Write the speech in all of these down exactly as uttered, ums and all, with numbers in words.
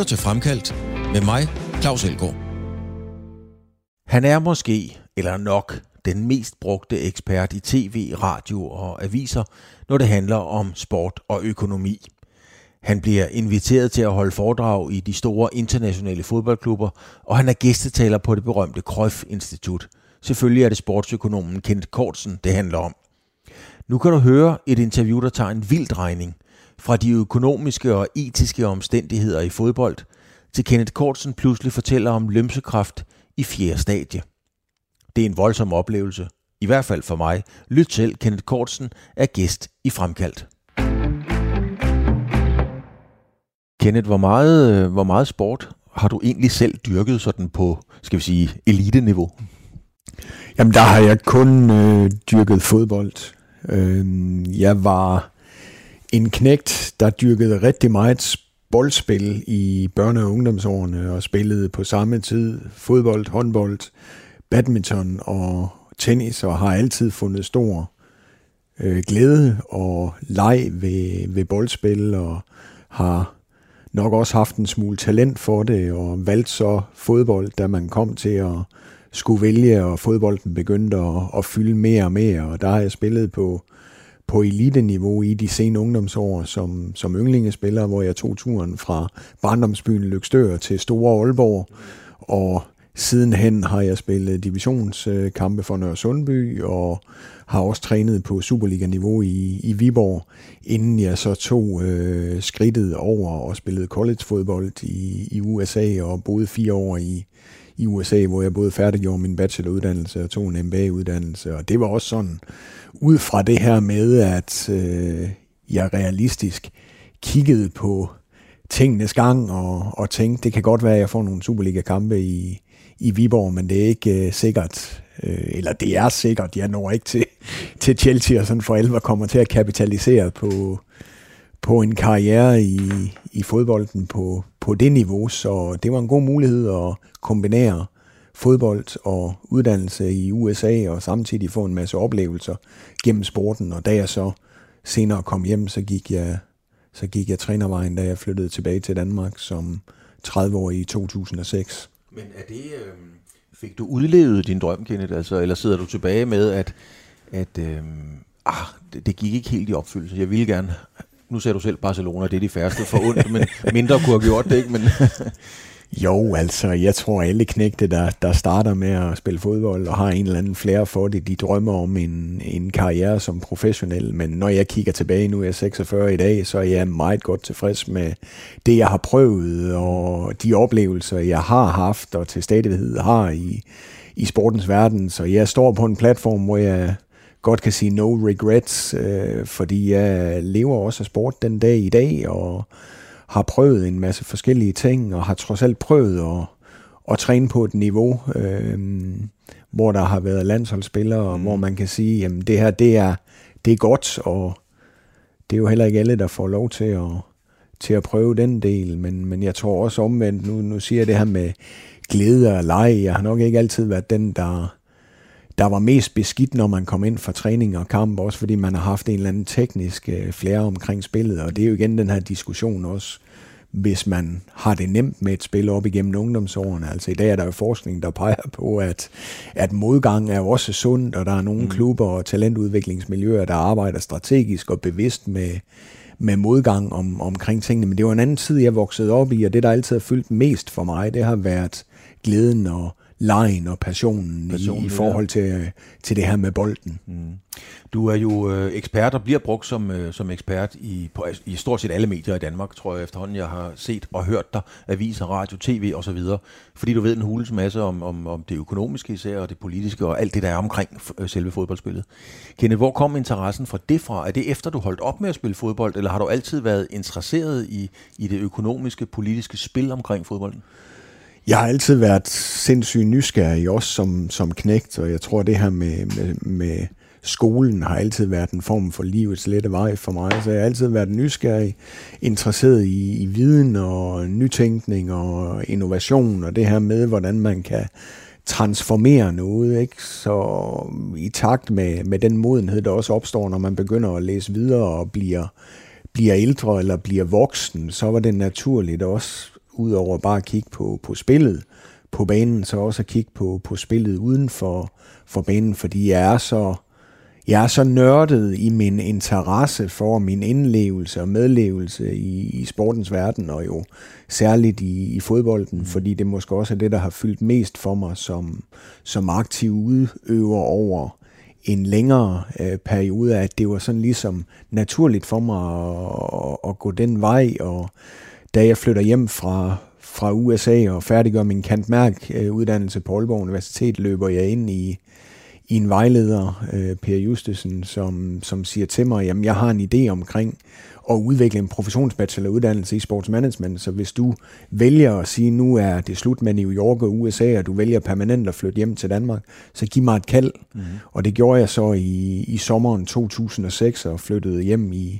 lytter til Fremkaldt med mig, Claus Elgaard. Han er måske, eller nok, den mest brugte ekspert i tv, radio og aviser, når det handler om sport og økonomi. Han bliver inviteret til at holde foredrag i de store internationale fodboldklubber, og han er gæstetaler på det berømte Cruyff-institut. Selvfølgelig er det sportsøkonomen Kenneth Kortsen, det handler om. Nu kan du høre et interview, der tager en vild drejning. Fra de økonomiske og etiske omstændigheder i fodbold, til Kenneth Kortsen pludselig fortæller om lømsekræft i fjerde stadie. Det er en voldsom oplevelse, i hvert fald for mig. Lyt selv, Kenneth Kortsen er gæst i Fremkaldt. Kenneth, hvor meget, hvor meget sport har du egentlig selv dyrket sådan på, skal vi sige, eliteniveau? Jamen, der har jeg kun øh, dyrket fodbold. Øh, jeg var en knægt, der dyrkede rigtig meget boldspil i børne- og ungdomsårene, og spillede på samme tid fodbold, håndbold, badminton og tennis, og har altid fundet stor øh, glæde og leg ved, ved boldspil, og har nok også haft en smule talent for det, og valgte så fodbold, da man kom til at skulle vælge, og fodbolden begyndte at, at fylde mere og mere, og der har jeg spillet på på eliteniveau i de sene ungdomsår som, som yndlingespiller, hvor jeg tog turen fra barndomsbyen Løgstør til Store Aalborg, og sidenhen har jeg spillet divisionskampe for Nørresundby, og har også trænet på Superliga-niveau i, i Viborg, inden jeg så tog øh, skridtet over og spillede college-fodbold i, i U S A, og boede fire år i, i U S A, hvor jeg både færdiggjorde min bacheloruddannelse og tog en M B A-uddannelse, og det var også sådan, ud fra det her med, at øh, jeg realistisk kiggede på tingenes gang og, og tænkte, det kan godt være, at jeg får nogle Superliga-kampe i, i Viborg, men det er ikke øh, sikkert, øh, eller det er sikkert, jeg når ikke til, til Chelsea og sådan for alvor kommer til at kapitalisere på, på en karriere i, i fodbolden på, på det niveau, så det var en god mulighed at kombinere fodbold og uddannelse i U S A, og samtidig få en masse oplevelser gennem sporten, og da jeg så senere kom hjem, så gik jeg, så gik jeg trænervejen, da jeg flyttede tilbage til Danmark som tredive-årig i to tusind og seks. Men er det, øh, fik du udlevet din drøm, Kenneth, altså, eller sidder du tilbage med, at, at øh, ah, det, det gik ikke helt i opfyldelse? Jeg ville gerne, nu ser du selv Barcelona, det er de færreste for ondt, men mindre kunne have gjort det, ikke? Men Jo, altså, jeg tror alle knægte, der, der starter med at spille fodbold og har en eller anden flere for det, de drømmer om en, en karriere som professionel, men når jeg kigger tilbage, nu er jeg seksogfyrre i dag, så er jeg meget godt tilfreds med det, jeg har prøvet, og de oplevelser, jeg har haft og til stadighed har i, i sportens verden, så jeg står på en platform, hvor jeg godt kan sige no regrets, øh, fordi jeg lever også af sport den dag i dag, og har prøvet en masse forskellige ting, og har trods alt prøvet at, at træne på et niveau, øh, hvor der har været landsholdsspillere, og mm. hvor man kan sige, jamen det her, det er, det er godt, og det er jo heller ikke alle, der får lov til at, til at prøve den del, men, men jeg tror også omvendt, nu, nu siger jeg det her med glæde og lege, jeg har nok ikke altid været den, der der var mest beskidt, når man kom ind for træning og kamp, også fordi man har haft en eller anden teknisk øh, flere omkring spillet, og det er jo igen den her diskussion også, hvis man har det nemt med et spil op igennem ungdomsårene. Altså i dag er der jo forskning, der peger på, at, at modgang er også sundt, og der er nogle mm. klubber og talentudviklingsmiljøer, der arbejder strategisk og bevidst med, med modgang om, omkring tingene. Men det var en anden tid, jeg voksede op i, og det, der altid har fyldt mest for mig, det har været glæden og lejen og passionen, passionen i, i forhold til, til det her med bolden. Mm. Du er jo øh, ekspert og bliver brugt som, øh, som ekspert i, på, i stort set alle medier i Danmark, tror jeg efterhånden, jeg har set og hørt dig, aviser, radio, tv osv., fordi du ved en hulens masse om, om, om det økonomiske især, og det politiske og alt det, der er omkring f- selve fodboldspillet. Kenneth, hvor kom interessen fra det fra? Er det efter, du holdt op med at spille fodbold, eller har du altid været interesseret i, i det økonomiske, politiske spil omkring fodbolden? Jeg har altid været sindssygt nysgerrig, også som, som knægt, og jeg tror, det her med, med, med skolen har altid været en form for livets lette vej for mig, så jeg har altid været nysgerrig, interesseret i, i viden og nytænkning og innovation, og det her med, hvordan man kan transformere noget, ikke? Så i takt med, med den modenhed, der også opstår, når man begynder at læse videre og bliver, bliver ældre eller bliver voksen, så var det naturligt også udover bare at kigge på, på spillet på banen, så også at kigge på, på spillet uden for, for banen, fordi jeg er så Jeg er så nørdet i min interesse for min indlevelse og medlevelse i, i sportens verden, og jo særligt i, i fodbolden, mm. fordi det måske også er det, der har fyldt mest for mig som, som aktiv udøver over en længere øh, periode, at det var sådan ligesom naturligt for mig at, at, at gå den vej, og da jeg flytter hjem fra, fra U S A og færdiggør min Cand.Merc-uddannelse på Aalborg Universitet, løber jeg ind i i en vejleder, øh, Per Justesen, som, som siger til mig, jamen jeg har en idé omkring at udvikle en professionsbacheloruddannelse i sportsmanagement, så hvis du vælger at sige, nu er det slut med New York og U S A, og du vælger permanent at flytte hjem til Danmark, så giv mig et kald. Mm-hmm. Og det gjorde jeg så i, i sommeren to tusind og seks, og flyttede hjem i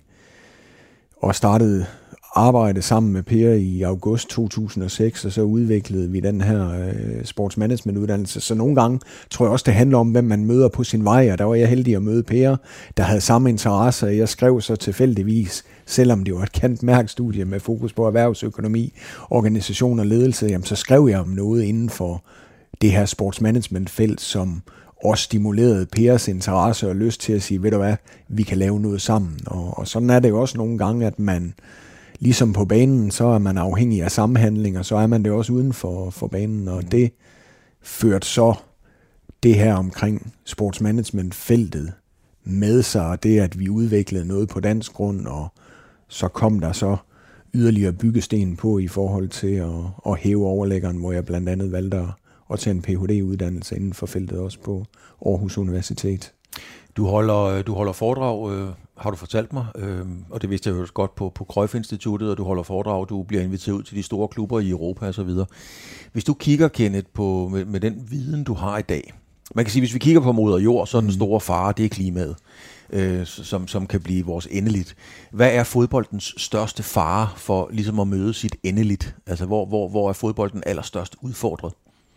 og startede arbejde sammen med Per i august to tusind og seks, og så udviklede vi den her øh, sportsmanagementuddannelse. Så nogle gange tror jeg også, det handler om, hvem man møder på sin vej, og der var jeg heldig at møde Per, der havde samme interesser. Jeg skrev så tilfældigvis, selvom det var et Cand.Merc-studie med fokus på erhvervsøkonomi, organisation og ledelse, jamen, så skrev jeg om noget inden for det her sportsmanagementfelt, som også stimulerede Pers interesse og lyst til at sige, ved du hvad, vi kan lave noget sammen. Og, og sådan er det jo også nogle gange, at man ligesom på banen, så er man afhængig af samhandling, og så er man det også uden for, for banen, og det førte så det her omkring sportsmanagement-feltet med sig, og det, at vi udviklede noget på dansk grund, og så kom der så yderligere byggesten på i forhold til at, at hæve overlæggeren, hvor jeg blandt andet valgte at tage en P H D-uddannelse inden for feltet også på Aarhus Universitet. Du holder, du holder foredrag, øh, har du fortalt mig, øh, og det vidste jeg jo godt på, på Cruyff-instituttet, og du holder foredrag, du bliver inviteret ud til de store klubber i Europa osv. Hvis du kigger, Kenneth, på, med, med den viden, du har i dag, man kan sige, hvis vi kigger på moder jord, så er den store fare, det er klimaet, øh, som, som kan blive vores endeligt. Hvad er fodboldens største fare for ligesom at møde sit endeligt? Altså, hvor, hvor, hvor er fodbolden allerstørst udfordret?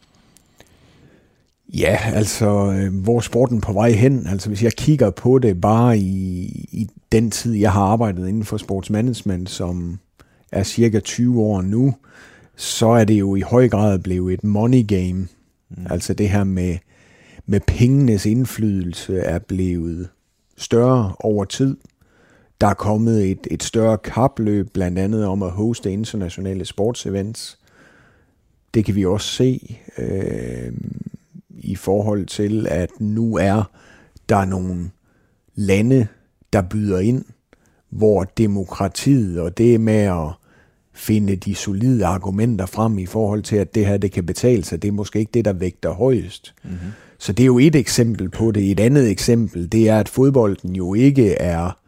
Ja, altså, øh, hvor er sporten på vej hen? Altså, hvis jeg kigger på det bare i, i den tid, jeg har arbejdet inden for sportsmanagement, som er cirka tyve år nu, så er det jo i høj grad blevet et money game. Mm. Altså det her med, med pengenes indflydelse er blevet større over tid. Der er kommet et, et større kapløb, blandt andet om at hoste internationale sportsevents. Det kan vi også se øh, i forhold til, at nu er der nogle lande, der byder ind, hvor demokratiet og det med at finde de solide argumenter frem i forhold til, at det her det kan betale sig, det er måske ikke det, der vægter højest. Mm-hmm. Så det er jo et eksempel på det. Et andet eksempel, det er, at fodbolden jo ikke er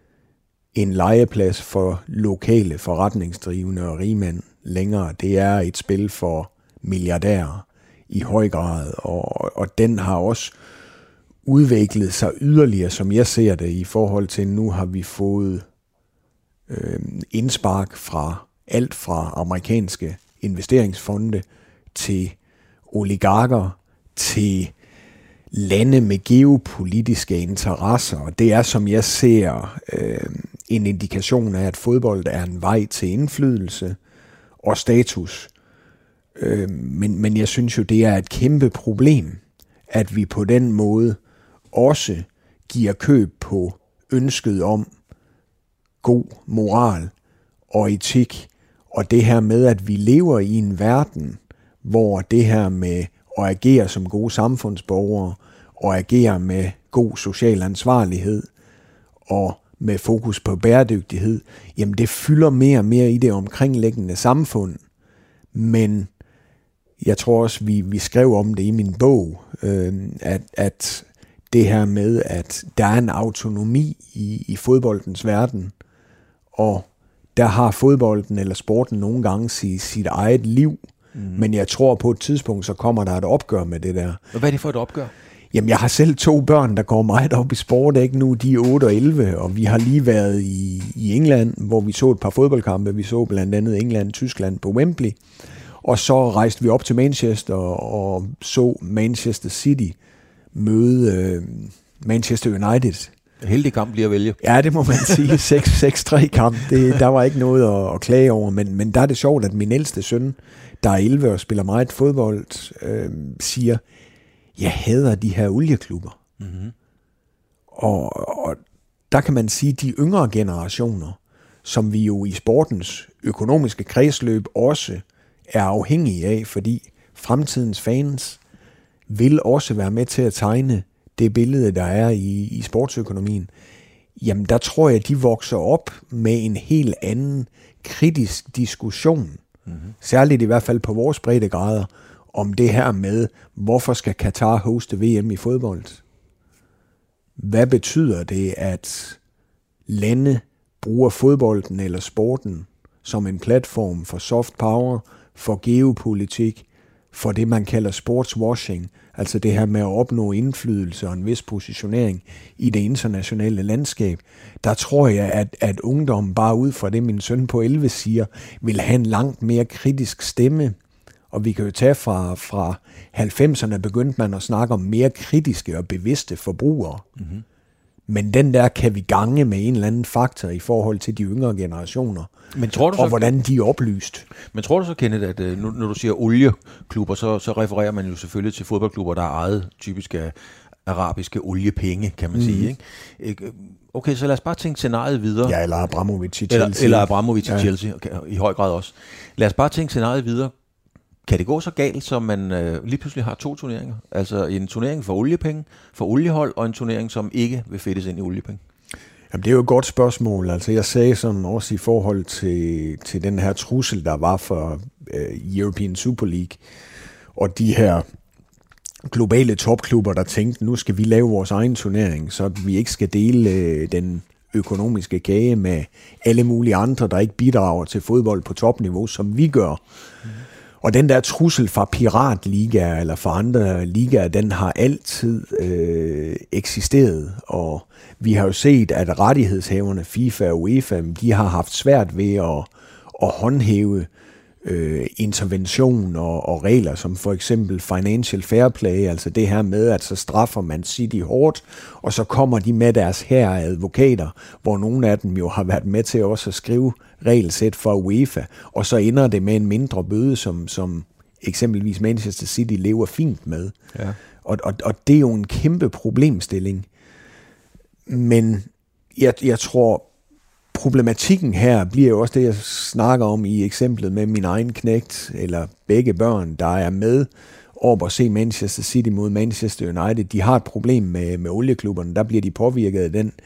en legeplads for lokale forretningsdrivende og rigmænd længere. Det er et spil for milliardærer i høj grad, og, og den har også udviklet sig yderligere, som jeg ser det, i forhold til, nu har vi fået øh, indspark fra alt fra amerikanske investeringsfonde til oligarker til lande med geopolitiske interesser, og det er, som jeg ser, øh, en indikation af, at fodbold er en vej til indflydelse og status. Øh, men, men jeg synes jo, det er et kæmpe problem, at vi på den måde også giver køb på ønsket om god moral og etik, og det her med, at vi lever i en verden, hvor det her med at agere som gode samfundsborgere, og agere med god social ansvarlighed, og med fokus på bæredygtighed, jamen det fylder mere og mere i det omkringliggende samfund. Men jeg tror også, vi, vi skrev om det i min bog, øh, at, at det her med, at der er en autonomi i, i fodboldens verden, og der har fodbolden eller sporten nogle gange sit, sit eget liv, mm. men jeg tror på et tidspunkt, så kommer der et opgør med det der. Og hvad er det for et opgør? Jamen, jeg har selv to børn, der går meget op i sport, ikke nu, de er otte og elleve, og vi har lige været i, i England, hvor vi så et par fodboldkampe. Vi så blandt andet England-Tyskland på Wembley, og så rejste vi op til Manchester og så Manchester City møde øh, Manchester United. heldig kamp lige at vælge. Ja, det må man sige. seks seks tre kamp, det, der var ikke noget at, at klage over, men, men der er det sjovt, at min ældste søn, der er elleve og spiller meget fodbold, øh, siger, jeg hader de her olieklubber. Mm-hmm. Og, og der kan man sige, de yngre generationer, som vi jo i sportens økonomiske kredsløb også er afhængige af, fordi fremtidens fans vil også være med til at tegne det billede, der er i, i sportsøkonomien. Jamen, der tror jeg, de vokser op med en helt anden kritisk diskussion, mm-hmm. særligt i hvert fald på vores breddegrader, om det her med, hvorfor skal Katar hoste V M i fodbold? Hvad betyder det, at lande bruger fodbolden eller sporten som en platform for soft power, for geopolitik, for det, man kalder sportswashing, altså det her med at opnå indflydelse og en vis positionering i det internationale landskab? Der tror jeg, at, at ungdommen, bare ud fra det, min søn på elleve siger, vil have en langt mere kritisk stemme. Og vi kan jo tage fra, fra halvfemserne, begyndte man at snakke om mere kritiske og bevidste forbrugere. Mm-hmm. Men den der kan vi gange med en eller anden faktor i forhold til de yngre generationer. Men tror du så, og hvordan de er oplyst. Men tror du så, Kenneth, at nu, når du siger olieklubber, så, så refererer man jo selvfølgelig til fodboldklubber, der er ejet typisk af arabiske oliepenge, kan man mm. sige. Ikke? Okay, så lad os bare tænke scenariet videre. Ja, eller Abramovic i Chelsea. Eller, eller Abramovic i ja. Chelsea, okay, i høj grad også. Lad os bare tænke scenariet videre. Kan det gå så galt, som man øh, lige pludselig har to turneringer? Altså en turnering for oliepenge, for oliehold, og en turnering, som ikke vil fedtes ind i oliepenge? Jamen, det er jo et godt spørgsmål. Altså, jeg sagde sådan også i forhold til, til den her trussel, der var for øh, European Super League, og de her globale topklubber, der tænkte, nu skal vi lave vores egen turnering, så vi ikke skal dele øh, den økonomiske kage med alle mulige andre, der ikke bidrager til fodbold på topniveau, som vi gør. Mm. Og den der trussel fra piratligaer eller fra andre ligaer, den har altid øh, eksisteret, og vi har jo set, at rettighedshaverne, FIFA og UEFA, de har haft svært ved at, at håndhæve øh, intervention og, og regler, som for eksempel financial fair play, altså det her med, at så straffer man City hårdt, og så kommer de med deres her advokater, hvor nogle af dem jo har været med til også at skrive regelsæt for UEFA, og så ender det med en mindre bøde, som, som eksempelvis Manchester City lever fint med. Ja. Og, og, og det er jo en kæmpe problemstilling. Men jeg, jeg tror, problematikken her bliver jo også det, jeg snakker om i eksemplet med min egen knægt, eller begge børn, der er med op og se Manchester City mod Manchester United. De har et problem med, med olieklubberne. Der bliver de påvirket af den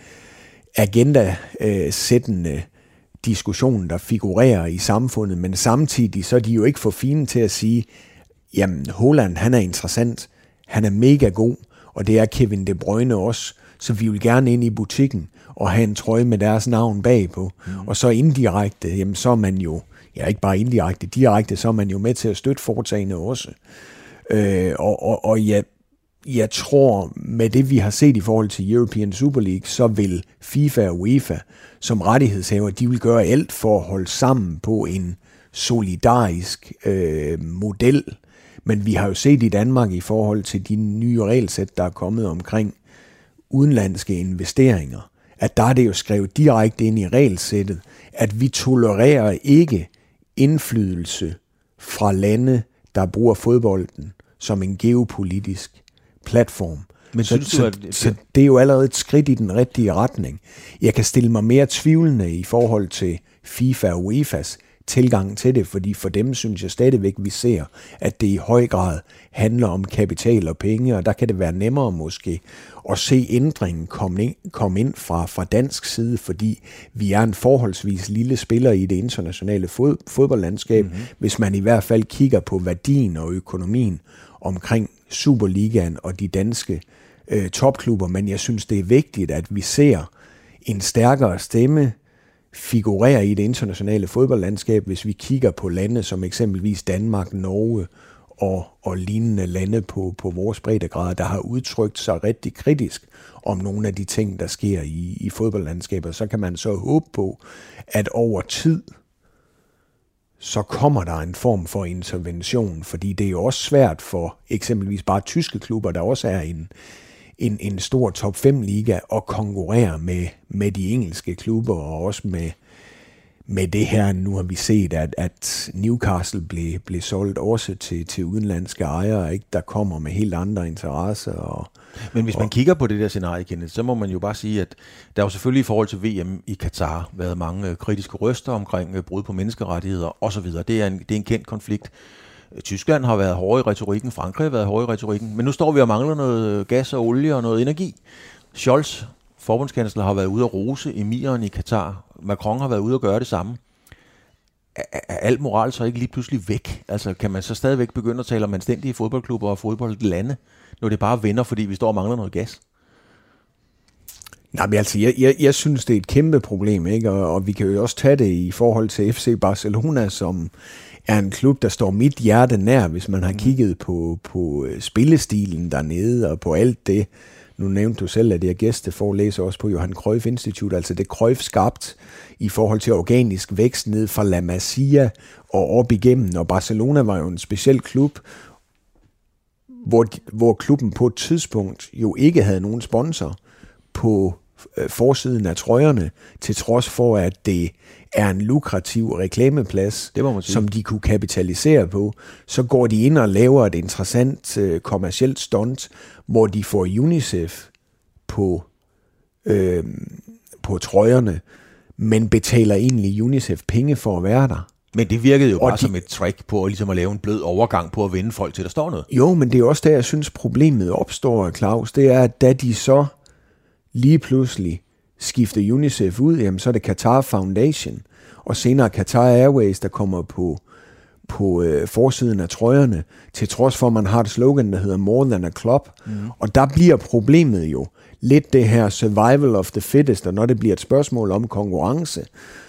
agenda-sættende øh, diskussion, der figurerer i samfundet, men samtidig så er de jo ikke for fine til at sige, jamen Haaland, han er interessant, han er mega god, og det er Kevin De Bruyne også, så vi vil gerne ind i butikken og have en trøje med deres navn bagpå. Mm. Og så indirekte, jamen så er man jo, ja ikke bare indirekte, direkte, så er man jo med til at støtte foretagene også. Øh, og og, og jeg, jeg tror, med det vi har set i forhold til European Super League, så vil FIFA og UEFA som rettighedshaver, de vil gøre alt for at holde sammen på en solidarisk øh, model. Men vi har jo set i Danmark i forhold til de nye regelsæt, der er kommet omkring udenlandske investeringer, at der er det jo skrevet direkte ind i regelsættet, at vi tolererer ikke indflydelse fra lande, der bruger fodbolden som en geopolitisk platform. Men så, synes du, at det... så det er jo allerede et skridt i den rigtige retning. Jeg kan stille mig mere tvivlende i forhold til FIFA og UEFA's tilgang til det, fordi for dem synes jeg stadigvæk, vi ser, at det i høj grad handler om kapital og penge, og der kan det være nemmere måske at se ændringen komme ind, komme ind fra, fra dansk side, fordi vi er en forholdsvis lille spiller i det internationale fod, fodboldlandskab, mm-hmm. hvis man i hvert fald kigger på værdien og økonomien omkring Superligaen og de danske øh, topklubber, men jeg synes, det er vigtigt, at vi ser en stærkere stemme figurerer i det internationale fodboldlandskab, hvis vi kigger på lande som eksempelvis Danmark, Norge og, og lignende lande på, på vores breddegrad, der har udtrykt sig rigtig kritisk om nogle af de ting, der sker i, i fodboldlandskabet. Så kan man så håbe på, at over tid, så kommer der en form for intervention, fordi det er jo også svært for eksempelvis bare tyske klubber, der også er en, en, en stor top fem liga og konkurrere med, med de engelske klubber, og også med, med det her, nu har vi set, at, at Newcastle blev, blev solgt også til, til udenlandske ejere, ikke? Der kommer med helt andre interesser. Og, Men hvis man og, kigger på det der scenarie, Kenneth, så må man jo bare sige, at der er jo selvfølgelig i forhold til V M i Katar været mange kritiske røster omkring brud på menneskerettigheder osv. Det er en, det er en kendt konflikt. Tyskland har været hårde i retorikken, Frankrig har været hårde i retorikken, men nu står vi og mangler noget gas og olie og noget energi. Scholz, forbundskansler, har været ude at rose emiren i Katar. Macron har været ude at gøre det samme. Er, er alt moral så ikke lige pludselig væk? Altså kan man så stadigvæk begynde at tale om anstændige fodboldklubber og fodboldlande, når det bare vender, fordi vi står og mangler noget gas? Nej, men altså, jeg, jeg, jeg synes, det er et kæmpe problem, ikke? Og, og vi kan jo også tage det i forhold til F C Barcelona, som er en klub, der står mit hjerte nær, hvis man har kigget på, på spillestilen dernede og på alt det. Nu nævnte du selv, at jeg gæsteforelæser også på Johan Cruyff Institute, altså det Cruyff skabt i forhold til organisk vækst ned fra La Masia og op igennem. Og Barcelona var jo en speciel klub, hvor, hvor klubben på et tidspunkt jo ikke havde nogen sponsor på forsiden af trøjerne, til trods for, at det er en lukrativ reklameplads, som de kunne kapitalisere på. Så går de ind og laver et interessant uh, kommercielt stunt, hvor de får UNICEF på, øh, på trøjerne, men betaler egentlig UNICEF penge for at være der. Men det virkede jo og bare de, som et trick på at, ligesom at lave en blød overgang på at vende folk til, der står noget. Jo, men det er også der, jeg synes, problemet opstår, Claus. Det er, at da de så lige pludselig skifter UNICEF ud, jamen så er det Qatar Foundation, og senere Qatar Airways, der kommer på, på øh, forsiden af trøjerne, til trods for, at man har et slogan, der hedder More Than a Club. Mm. Og der bliver problemet jo lidt det her survival of the fittest, og når det bliver et spørgsmål om konkurrence,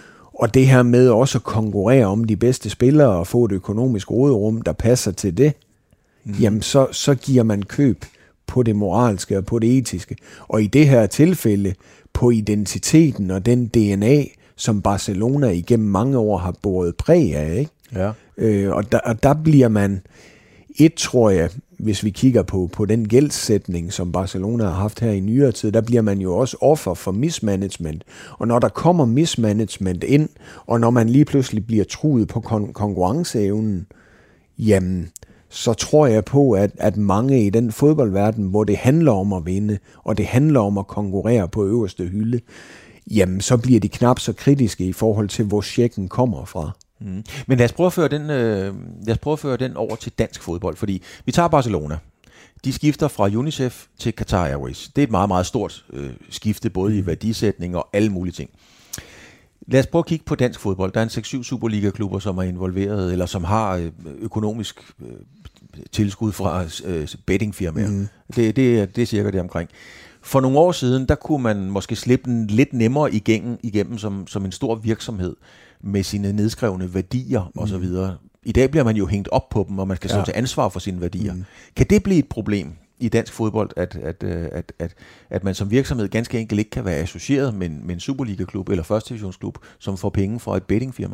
og det her med også at konkurrere om de bedste spillere og få et økonomisk råderum, der passer til det, mm. jamen så, så giver man køb på det moralske og på det etiske. Og i det her tilfælde på identiteten og den D N A, som Barcelona igennem mange år har båret præg af. Ikke? Ja. Øh, og, der, og der bliver man, et tror jeg, hvis vi kigger på, på den gældssætning, som Barcelona har haft her i nyere tid, der bliver man jo også offer for mismanagement. Og når der kommer mismanagement ind, og når man lige pludselig bliver truet på kon- konkurrenceevnen, jamen, så tror jeg på, at, at mange i den fodboldverden, hvor det handler om at vinde, og det handler om at konkurrere på øverste hylde, jamen så bliver de knap så kritiske i forhold til, hvor checken kommer fra. Mm. Men lad os prøve at føre den, øh, lad os prøve at føre den over til dansk fodbold, fordi vi tager Barcelona. De skifter fra UNICEF til Qatar Airways. Det er et meget, meget stort øh, skifte, både i værdisætning og alle mulige ting. Lad os prøve at kigge på dansk fodbold. Der er en seks syv Superliga-klubber, som er involveret, eller som har økonomisk øh, tilskud fra øh, bettingfirmaer. Mm. Det, det, det er cirka det omkring. For nogle år siden, der kunne man måske slippe den lidt nemmere igennem, igennem som, som en stor virksomhed med sine nedskrevne værdier mm. osv. I dag bliver man jo hængt op på dem, og man skal stå ja. til ansvar for sine værdier. Mm. Kan det blive et problem i dansk fodbold, at, at, at, at, at man som virksomhed ganske enkelt ikke kan være associeret med en, med en Superliga-klub eller første divisionsklub, som får penge fra et bettingfirma?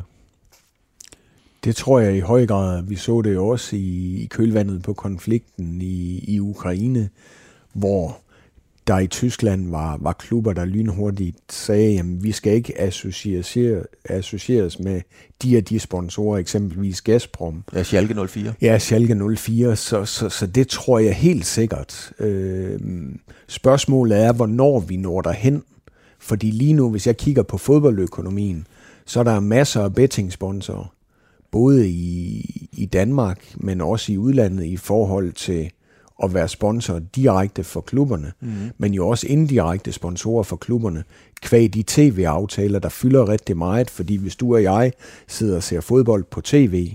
Det tror jeg i høj grad. Vi så det jo også i, i kølvandet på konflikten i, i Ukraine, hvor der i Tyskland var, var klubber, der lynhurtigt sagde, at vi skal ikke associere, associeres med de og de sponsorer, eksempelvis Gazprom. Ja, Schalke nul fire. Ja, Schalke nul fire, så, så, så det tror jeg helt sikkert. Øh, spørgsmålet er, hvornår vi når derhen. Fordi lige nu, hvis jeg kigger på fodboldøkonomien, så er der masser af bettingsponsorer, både i, i Danmark, men også i udlandet i forhold til at være sponsor direkte for klubberne, mm. men jo også indirekte sponsorer for klubberne, kvæg de tv-aftaler, der fylder rigtig meget, fordi hvis du og jeg sidder og ser fodbold på tv,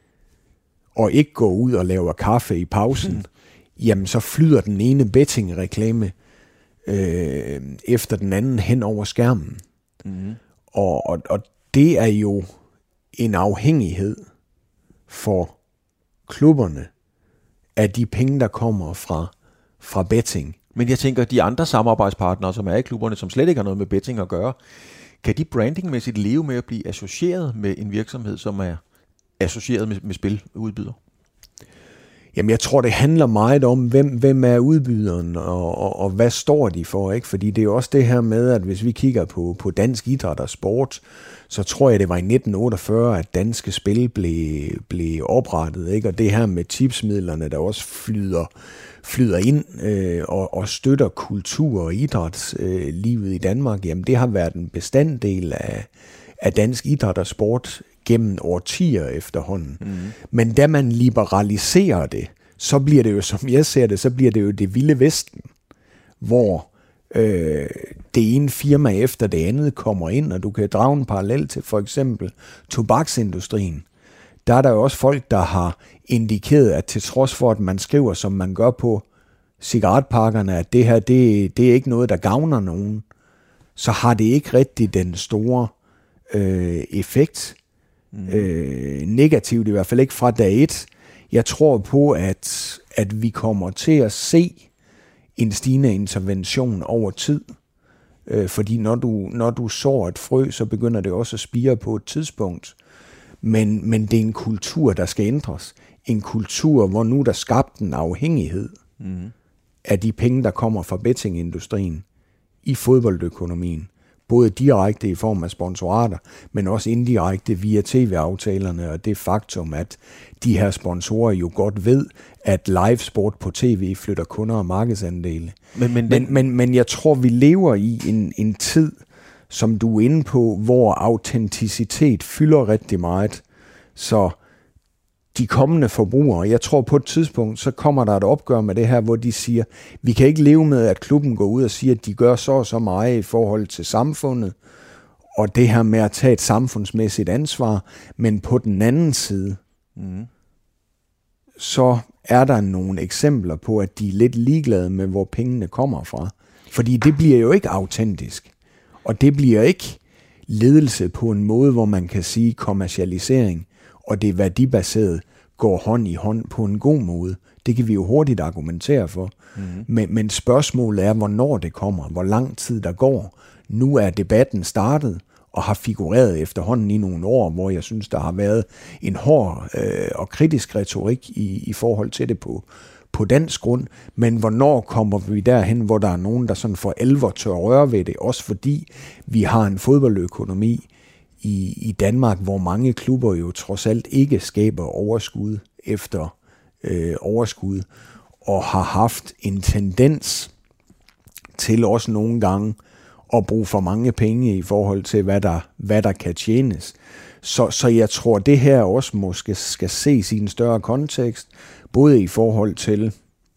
og ikke går ud og laver kaffe i pausen, mm. jamen så flyder den ene betting-reklame øh, efter den anden hen over skærmen. Mm. Og, og, og det er jo en afhængighed for klubberne af de penge, der kommer fra, fra betting. Men jeg tænker, de andre samarbejdspartnere, som er i klubberne, som slet ikke har noget med betting at gøre, kan de brandingmæssigt leve med at blive associeret med en virksomhed, som er associeret med, med spiludbyder? Jamen, jeg tror, det handler meget om, hvem, hvem er udbyderen, og, og, og hvad står de for, ikke? Fordi det er jo også det her med, at hvis vi kigger på, på dansk idræt og sport, så tror jeg, det var i nitten otteogfyrre, at Danske Spil blev, blev oprettet, ikke? Og det her med tipsmidlerne, der også flyder, flyder ind øh, og, og støtter kultur- og idrætslivet øh, i Danmark, jamen det har været en bestanddel af, af dansk idræt og sport gennem årtier efterhånden. Mm. Men da man liberaliserer det, så bliver det jo, som jeg ser det, så bliver det jo det vilde vesten, hvor øh, det ene firma efter det andet kommer ind, og du kan drage en parallel til for eksempel tobaksindustrien. Der er der jo også folk, der har indikeret, at til trods for, at man skriver, som man gør på cigaretpakkerne, at det her, det, det er ikke noget, der gavner nogen, så har det ikke rigtig den store øh, effekt. Mm. Øh, negativt i hvert fald ikke fra dag et. Jeg tror på, at, at vi kommer til at se en stigende intervention over tid. Øh, fordi når du, når du sår et frø, så begynder det også at spire på et tidspunkt. Men, men det er en kultur, der skal ændres. En kultur, hvor nu der skabt en afhængighed mm. af de penge, der kommer fra bettingindustrien i fodboldøkonomien. Både direkte i form af sponsorater, men også indirekte via tv-aftalerne, og det faktum, at de her sponsorer jo godt ved, at livesport på tv flytter kunder og markedsandele. Men, men, men, men, men jeg tror, vi lever i en, en tid, som du er inde på, hvor autenticitet fylder rigtig meget. Så de kommende forbrugere, jeg tror på et tidspunkt, så kommer der et opgør med det her, hvor de siger, vi kan ikke leve med, at klubben går ud og siger, at de gør så og så meget i forhold til samfundet, og det her med at tage et samfundsmæssigt ansvar, men på den anden side, mm. så er der nogle eksempler på, at de er lidt ligeglade med, hvor pengene kommer fra. Fordi det bliver jo ikke autentisk, og det bliver ikke ledelse på en måde, hvor man kan sige kommercialisering, og det værdibaseret går hånd i hånd på en god måde. Det kan vi jo hurtigt argumentere for. Mm-hmm. Men, men spørgsmålet er, hvornår det kommer, hvor lang tid der går. Nu er debatten startet og har figureret efterhånden i nogle år, hvor jeg synes, der har været en hård øh, og kritisk retorik i, i forhold til det på, på dansk grund. Men hvornår kommer vi derhen, hvor der er nogen, der sådan for alvor tør røre ved det? Også fordi vi har en fodboldøkonomi i, i Danmark, hvor mange klubber jo trods alt ikke skaber overskud efter øh, overskud, og har haft en tendens til også nogle gange at bruge for mange penge i forhold til, hvad der, hvad der kan tjenes. Så, så jeg tror, det her også måske skal ses i en større kontekst, både i forhold til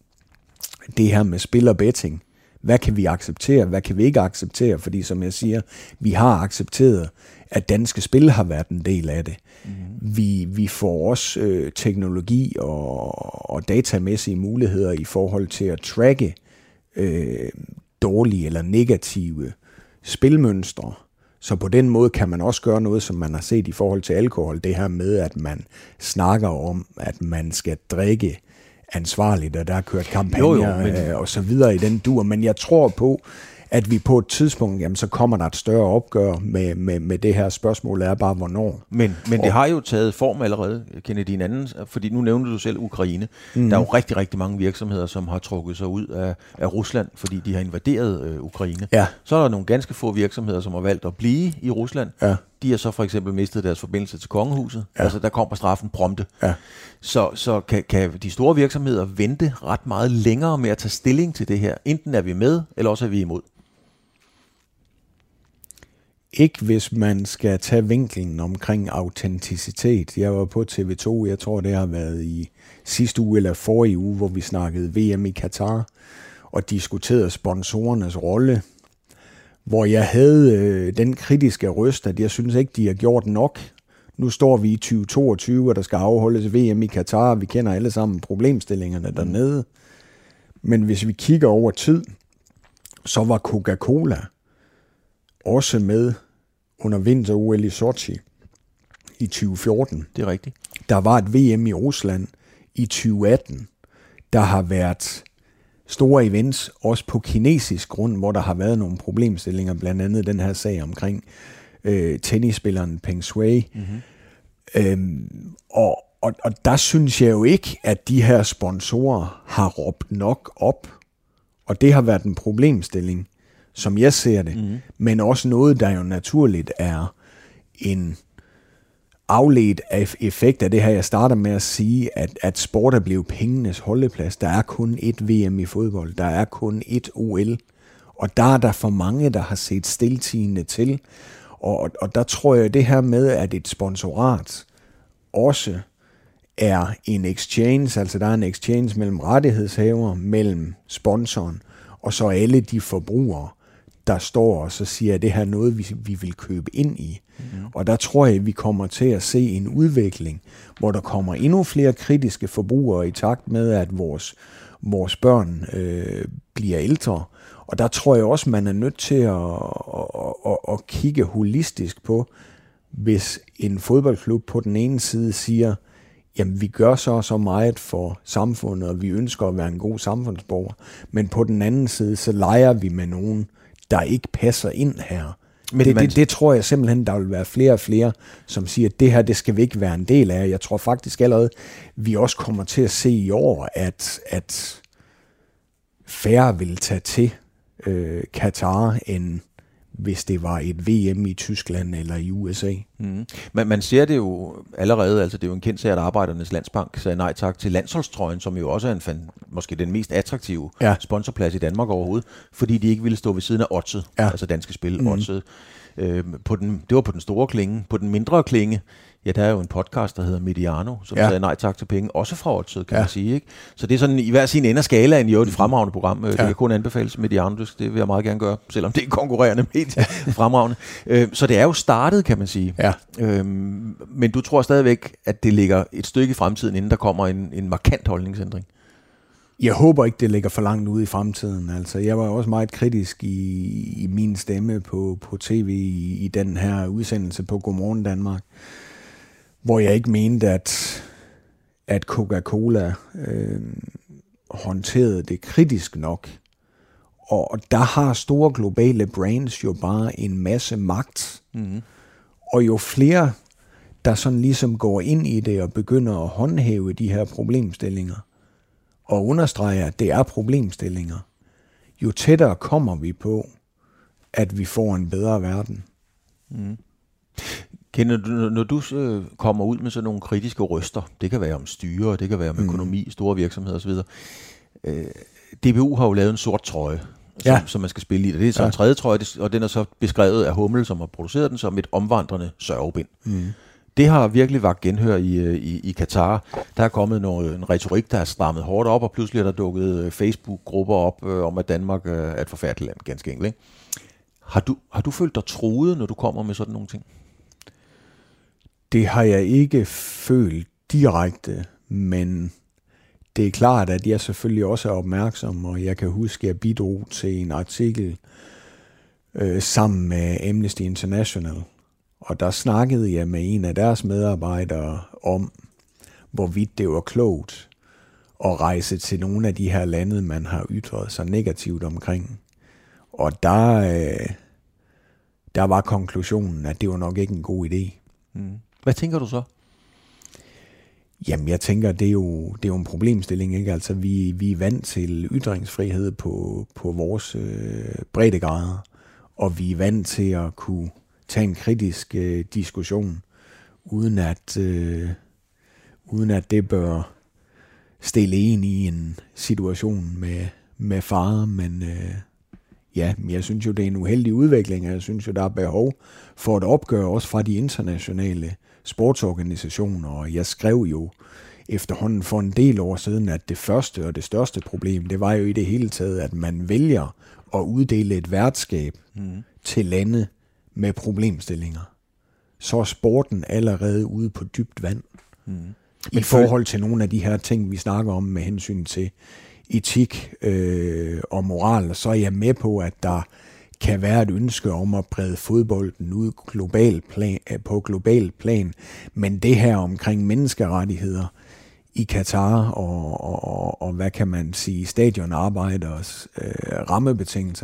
det her med spil og betting. Hvad kan vi acceptere, hvad kan vi ikke acceptere? Fordi som jeg siger, vi har accepteret, at Danske Spil har været en del af det. Mm-hmm. Vi, vi får også øh, teknologi og, og datamæssige muligheder i forhold til at tracke øh, dårlige eller negative spilmønstre. Så på den måde kan man også gøre noget, som man har set i forhold til alkohol. Det her med, at man snakker om, at man skal drikke ansvarligt, og der er kørt kampagner jo, jo, men... øh, og så videre i den dur. Men jeg tror på, at vi på et tidspunkt, jamen, så kommer der et større opgør med, med, med det her spørgsmål, er bare hvornår. Men, men det har jo taget form allerede, Kennedy, en anden, fordi nu nævnte du selv Ukraine. Mm. Der er jo rigtig, rigtig mange virksomheder, som har trukket sig ud af, af Rusland, fordi de har invaderet øh, Ukraine. Ja. Så er der nogle ganske få virksomheder, som har valgt at blive i Rusland. Ja. De har så for eksempel mistet deres forbindelse til kongehuset. Ja. Altså der kommer straffen prompte. Ja. Så, så kan, kan de store virksomheder vente ret meget længere med at tage stilling til det her. Enten er vi med, eller også er vi imod. Ikke hvis man skal tage vinklen omkring autenticitet. Jeg var på T V to, jeg tror det har været i sidste uge eller forrige uge, hvor vi snakkede V M i Katar og diskuterede sponsorernes rolle, hvor jeg havde øh, den kritiske røst, at jeg synes ikke, de har gjort nok. Nu står vi i tyve toogtyve, og der skal afholdes V M i Katar. Vi kender alle sammen problemstillingerne dernede. Men hvis vi kigger over tid, så var Coca-Cola også med under vinter-O L i Sochi i tyve fjorten. Det er rigtigt. Der var et V M i Rusland i tyve atten. Der har været store events, også på kinesisk grund, hvor der har været nogle problemstillinger, blandt andet den her sag omkring øh, tennisspilleren Peng Shuai. Mm-hmm. Øhm, og, og, og der synes jeg jo ikke, at de her sponsorer har råbt nok op, og det har været en problemstilling, som jeg ser det, mm. men også noget, der jo naturligt er en afledt af effekt af det her. Jeg starter med at sige, at, at sport er blevet pengenes holdeplads. Der er kun et V M i fodbold, der er kun et O L, og der er der for mange, der har set stiltigende til, og, og der tror jeg, det her med, at et sponsorat også er en exchange, altså der er en exchange mellem rettighedshaver, mellem sponsoren, og så alle de forbrugere, der står og så siger, at det her er noget, vi, vi vil købe ind i. Mm. Og der tror jeg, at vi kommer til at se en udvikling, hvor der kommer endnu flere kritiske forbrugere i takt med, at vores, vores børn øh, bliver ældre. Og der tror jeg også, man er nødt til at, at, at, at kigge holistisk på, hvis en fodboldklub på den ene side siger, jamen vi gør så så meget for samfundet, og vi ønsker at være en god samfundsborger, men på den anden side, så leger vi med nogen, der ikke passer ind her. Men det, det, det tror jeg simpelthen, der vil være flere og flere, som siger, at det her, det skal vi ikke være en del af. Jeg tror faktisk allerede, vi også kommer til at se i år, at, at færre vil tage til øh, Katar, end hvis det var et V M i Tyskland eller i U S A. Mm. Men man ser det jo allerede, altså det er jo en kendt sag, at Arbejdernes Landsbank sagde nej tak til landsholdstrøjen, som jo også er en fan, måske den mest attraktive ja. sponsorplads i Danmark overhovedet, fordi de ikke ville stå ved siden af Oddset, ja. altså Danske Spil, mm. Oddset. Øh, på den, det var på den store klinge. På den mindre klinge, ja, der er jo en podcast, der hedder Mediano, som ja. sagde nej tak til penge, også fra Oddset, kan ja. man sige. Ikke? Så det er sådan i hver sin ende af skalaen i øvrigt et fremragende program. Ja. Det kan kun anbefales Mediano, det vil jeg meget gerne gøre, selvom det er konkurrerende medie fremragende. Øh, så det er jo startet, kan man sige. Ja. Øh, men du tror stadigvæk, at det ligger et stykke i fremtiden, inden der kommer en, en markant holdningsændring? Jeg håber ikke, det ligger for langt ude i fremtiden. Altså, jeg var også meget kritisk i, i min stemme på, på tv i, i den her udsendelse på Godmorgen Danmark, hvor jeg ikke mente, at, at Coca-Cola øh, håndterede det kritisk nok. Og, og der har store globale brands jo bare en masse magt. Mm-hmm. Og jo flere, der sådan ligesom går ind i det og begynder at håndhæve de her problemstillinger, og understreger, at det er problemstillinger, jo tættere kommer vi på, at vi får en bedre verden. Mm. Kender du, når du øh, kommer ud med sådan nogle kritiske røster, det kan være om styre, det kan være om mm. økonomi, store virksomheder osv., øh, D B U har jo lavet en sort trøje, som, ja. som man skal spille i. Det er så ja. en tredje trøje, og den er så beskrevet af Hummel, som har produceret den, som et omvandrende sørgebind. Mm. Det har virkelig vagt genhør i, i, i Katar. Der er kommet noget, en retorik, der er strammet hårdt op, og pludselig er der dukket Facebook-grupper op øh, om, at Danmark øh, er et forfærdeligt land, ganske enkelt. Ikke? Har du, har du følt dig truet, når du kommer med sådan nogle ting? Det har jeg ikke følt direkte, men det er klart, at jeg selvfølgelig også er opmærksom, og jeg kan huske, at jeg bidrog til en artikel øh, sammen med Amnesty International, og der snakkede jeg med en af deres medarbejdere om, hvorvidt det var klogt at rejse til nogle af de her lande, man har ytret sig negativt omkring. Og der, øh, der var konklusionen, at det var nok ikke en god idé. Mm. Hvad tænker du så? Jamen, jeg tænker, det er jo, det er jo en problemstilling, ikke? Altså, vi, vi er vant til ytringsfrihed på, på vores øh, breddegrader, og vi er vant til at kunne tage en kritisk øh, diskussion, uden at, øh, uden at det bør stille en i en situation med, med fare, men øh, ja, jeg synes jo, det er en uheldig udvikling, og jeg synes jo, der er behov for et opgør også fra de internationale sportsorganisationer, og jeg skrev jo efterhånden for en del år siden, at det første og det største problem, det var jo i det hele taget, at man vælger at uddele et værtskab mm. til lande med problemstillinger. Så er sporten allerede ude på dybt vand. Mm. I forhold til nogle af de her ting, vi snakker om med hensyn til etik øh, og moral, så er jeg med på, at der kan være et ønske om at brede fodbolden ud global plan, på global plan, men det her omkring menneskerettigheder i Katar og, og, og hvad kan man sige, stadionarbejderes øh, rammebetingelser,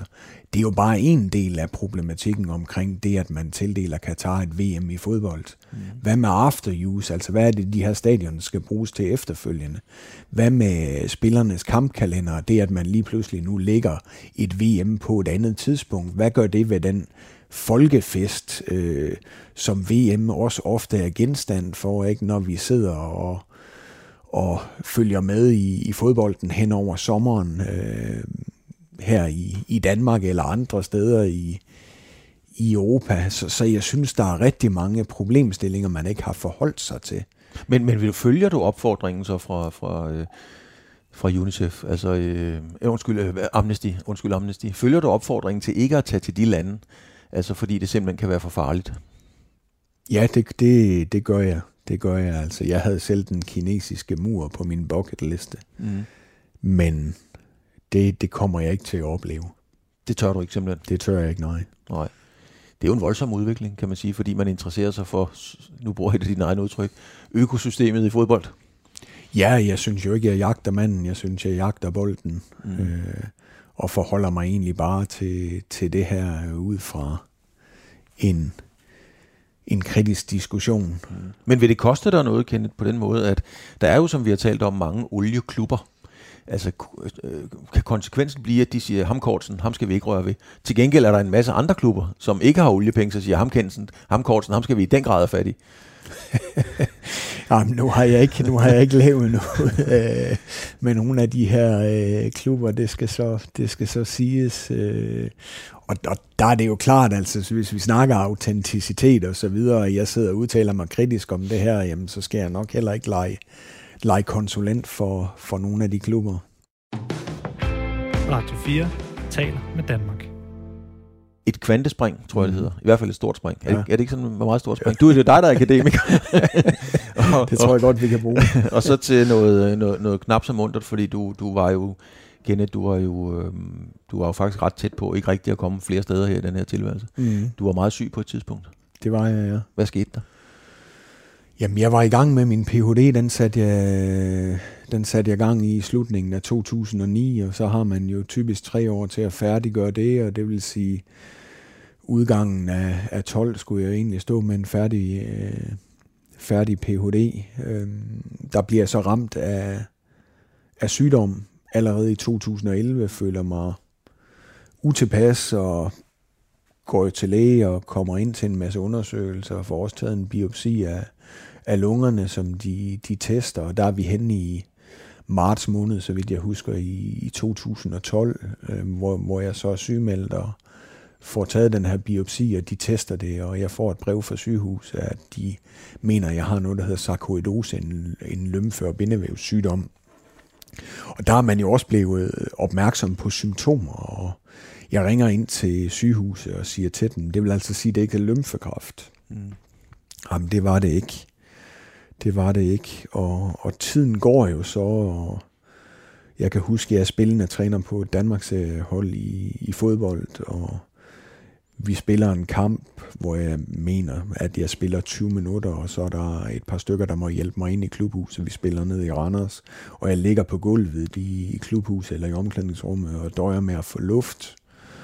det er jo bare en del af problematikken omkring det, at man tildeler Katar et V M i fodbold. Mm. Hvad med after use? Altså, hvad er det, de her stadioner skal bruges til efterfølgende? Hvad med spillernes kampkalender? Det, at man lige pludselig nu lægger et V M på et andet tidspunkt. Hvad gør det ved den folkefest, øh, som V M også ofte er genstand for, ikke, når vi sidder og, og følger med i, i fodbolden hen over sommeren, øh, her i, i Danmark eller andre steder i, i Europa. Så, så jeg synes, der er rigtig mange problemstillinger, man ikke har forholdt sig til. Men, men følger du opfordringen så fra, fra, øh, fra UNICEF, altså øh, undskyld, øh, Amnesty, undskyld Amnesty, følger du opfordringen til ikke at tage til de lande, altså fordi det simpelthen kan være for farligt? Ja, det, det, det gør jeg. Det gør jeg altså. Jeg havde selv den kinesiske mur på min bucketliste. Mm. Men Det, det kommer jeg ikke til at opleve. Det tør du ikke simpelthen? Det tør jeg ikke, nej. Nej. Det er jo en voldsom udvikling, kan man sige, fordi man interesserer sig for, nu bruger jeg det din egen udtryk, økosystemet i fodbold. Ja, jeg synes jo ikke, jeg jagter manden. Jeg synes, jeg jagter bolden. Mm. Øh, og forholder mig egentlig bare til, til det her ud fra en, en kritisk diskussion. Mm. Men vil det koste dig noget, Kenneth, på den måde, at der er jo, som vi har talt om, mange olieklubber. Altså, kan konsekvensen blive, at de siger, ham Kortsen, ham skal vi ikke røre ved. Til gengæld er der en masse andre klubber, som ikke har oliepenge, så siger ham Kensen, ham Kortsen, ham skal vi i den grad have fat i. Jamen, nu har jeg ikke, nu har jeg ikke lavet noget øh, med nogle af de her øh, klubber, det skal så, det skal så siges. Øh, og, og der er det jo klart, altså, hvis vi snakker autenticitet og så videre, og jeg sidder og udtaler mig kritisk om det her, jamen, så skal jeg nok heller ikke lege lege konsulent for, for nogle af de klubber. Radio fire taler med Danmark. Et kvantespring, tror jeg det hedder. I hvert fald et stort spring. Ja. Er, det, er det ikke sådan et meget stort spring? Du er det dig, der er akademiker. og, det tror jeg godt, vi kan bruge. Og så til noget, noget, noget knap så muntert, fordi du, du var jo, Kenneth, du var jo, øhm, du var jo faktisk ret tæt på, ikke rigtig at komme flere steder her i den her tilværelse. Mm. Du var meget syg på et tidspunkt. Det var jeg, ja. Hvad skete der? Jamen, jeg var i gang med min P H D, den satte jeg, den satte jeg gang i i slutningen af to tusind og ni, og så har man jo typisk tre år til at færdiggøre det, og det vil sige, udgangen af, af tolv skulle jeg egentlig stå med en færdig, øh, færdig P H D. Øh, der bliver jeg så ramt af, af sygdom allerede i to tusind og elleve, føler mig utilpas og går til læge og kommer ind til en masse undersøgelser og får også taget en biopsi af af lungerne, som de, de tester, og der er vi henne i marts måned, så vidt jeg husker, i, i to tusind og tolv, øh, hvor, hvor jeg så er sygemeldt og får taget den her biopsi, og de tester det, og jeg får et brev fra sygehuset, at de mener, at jeg har noget, der hedder sarkoidose, en, en lymfe- og bindevævssygdom. Og der er man jo også blevet opmærksom på symptomer, og jeg ringer ind til sygehuset og siger til dem, det vil altså sige, at det ikke er lymfekræft. Mm. Jamen, det var det ikke. Det var det ikke, og, og tiden går jo så, og jeg kan huske, at jeg er spillende træner på et Danmarks hold i, i fodbold, og vi spiller en kamp, hvor jeg mener, at jeg spiller tyve minutter, og så er der et par stykker, der må hjælpe mig ind i klubhuset. Vi spiller ned i Randers, og jeg ligger på gulvet i, i klubhuset eller i omklædningsrummet og døjer med at få luft.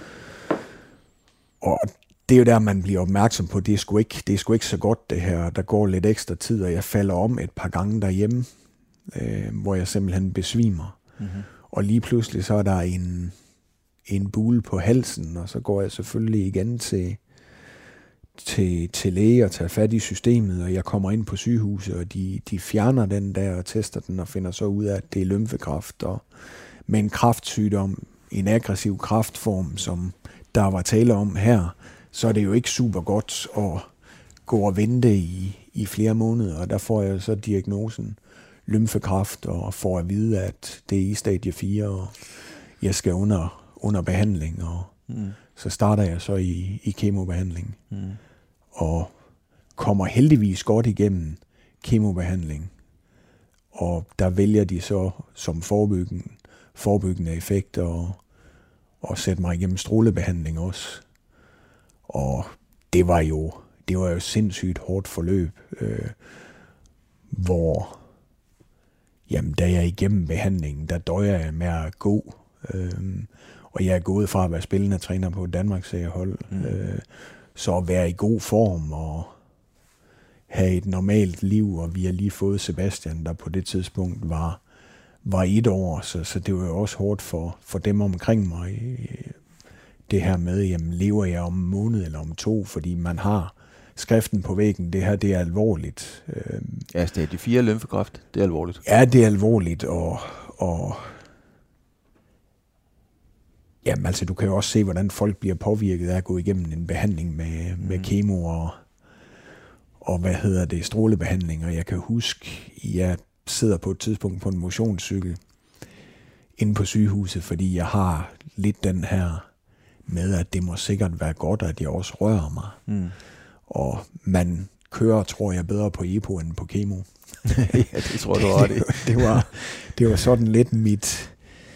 Og det er jo der, man bliver opmærksom på, det er sgu ikke, det er sgu ikke så godt det her. Der går lidt ekstra tid, og jeg falder om et par gange derhjemme, øh, hvor jeg simpelthen besvimer. Mm-hmm. Og lige pludselig så er der en, en bule på halsen, og så går jeg selvfølgelig igen til, til, til læge og tager fat i systemet, og jeg kommer ind på sygehuset, og de, de fjerner den der og tester den, og finder så ud af, at det er lymfekræft, og med en kræftsygdom, en aggressiv kræftform, som der var tale om her, så er det jo ikke super godt at gå og vente i, i flere måneder, og der får jeg så diagnosen lymfekræft, og får at vide, at det er i stadie fire, og jeg skal under, under behandling, og mm. så starter jeg så i, i kemobehandling, mm. og kommer heldigvis godt igennem kemobehandling, og der vælger de så som forebyggende, forebyggende effekt, og, og sætte mig igennem strålebehandling også. Og det var jo, det var jo sindssygt hårdt forløb, øh, hvor, jamen, da jeg er igennem behandlingen, der døjer jeg med at gå. Øh, og jeg er gået fra at være spillende træner på et Danmarksseriehold, mm. øh, så at være i god form og have et normalt liv, og vi har lige fået Sebastian, der på det tidspunkt var, var et år, så, så det var jo også hårdt for, for dem omkring mig, det her med, jamen lever jeg om en måned eller om to, fordi man har skriften på væggen, det her, det er alvorligt. Ja, det er de fire lymfekræft, det er alvorligt. Ja, det er alvorligt, og, og jamen altså, du kan jo også se, hvordan folk bliver påvirket af at gå igennem en behandling med, med mm. kemo og, og hvad hedder det, strålebehandling, og jeg kan huske, jeg sidder på et tidspunkt på en motionscykel inde på sygehuset, fordi jeg har lidt den her med, at det må sikkert være godt, at jeg også rører mig. Mm. Og man kører, tror jeg, bedre på E P O end på kemo. Ja, det tror du også. det, det, var, det var sådan lidt mit,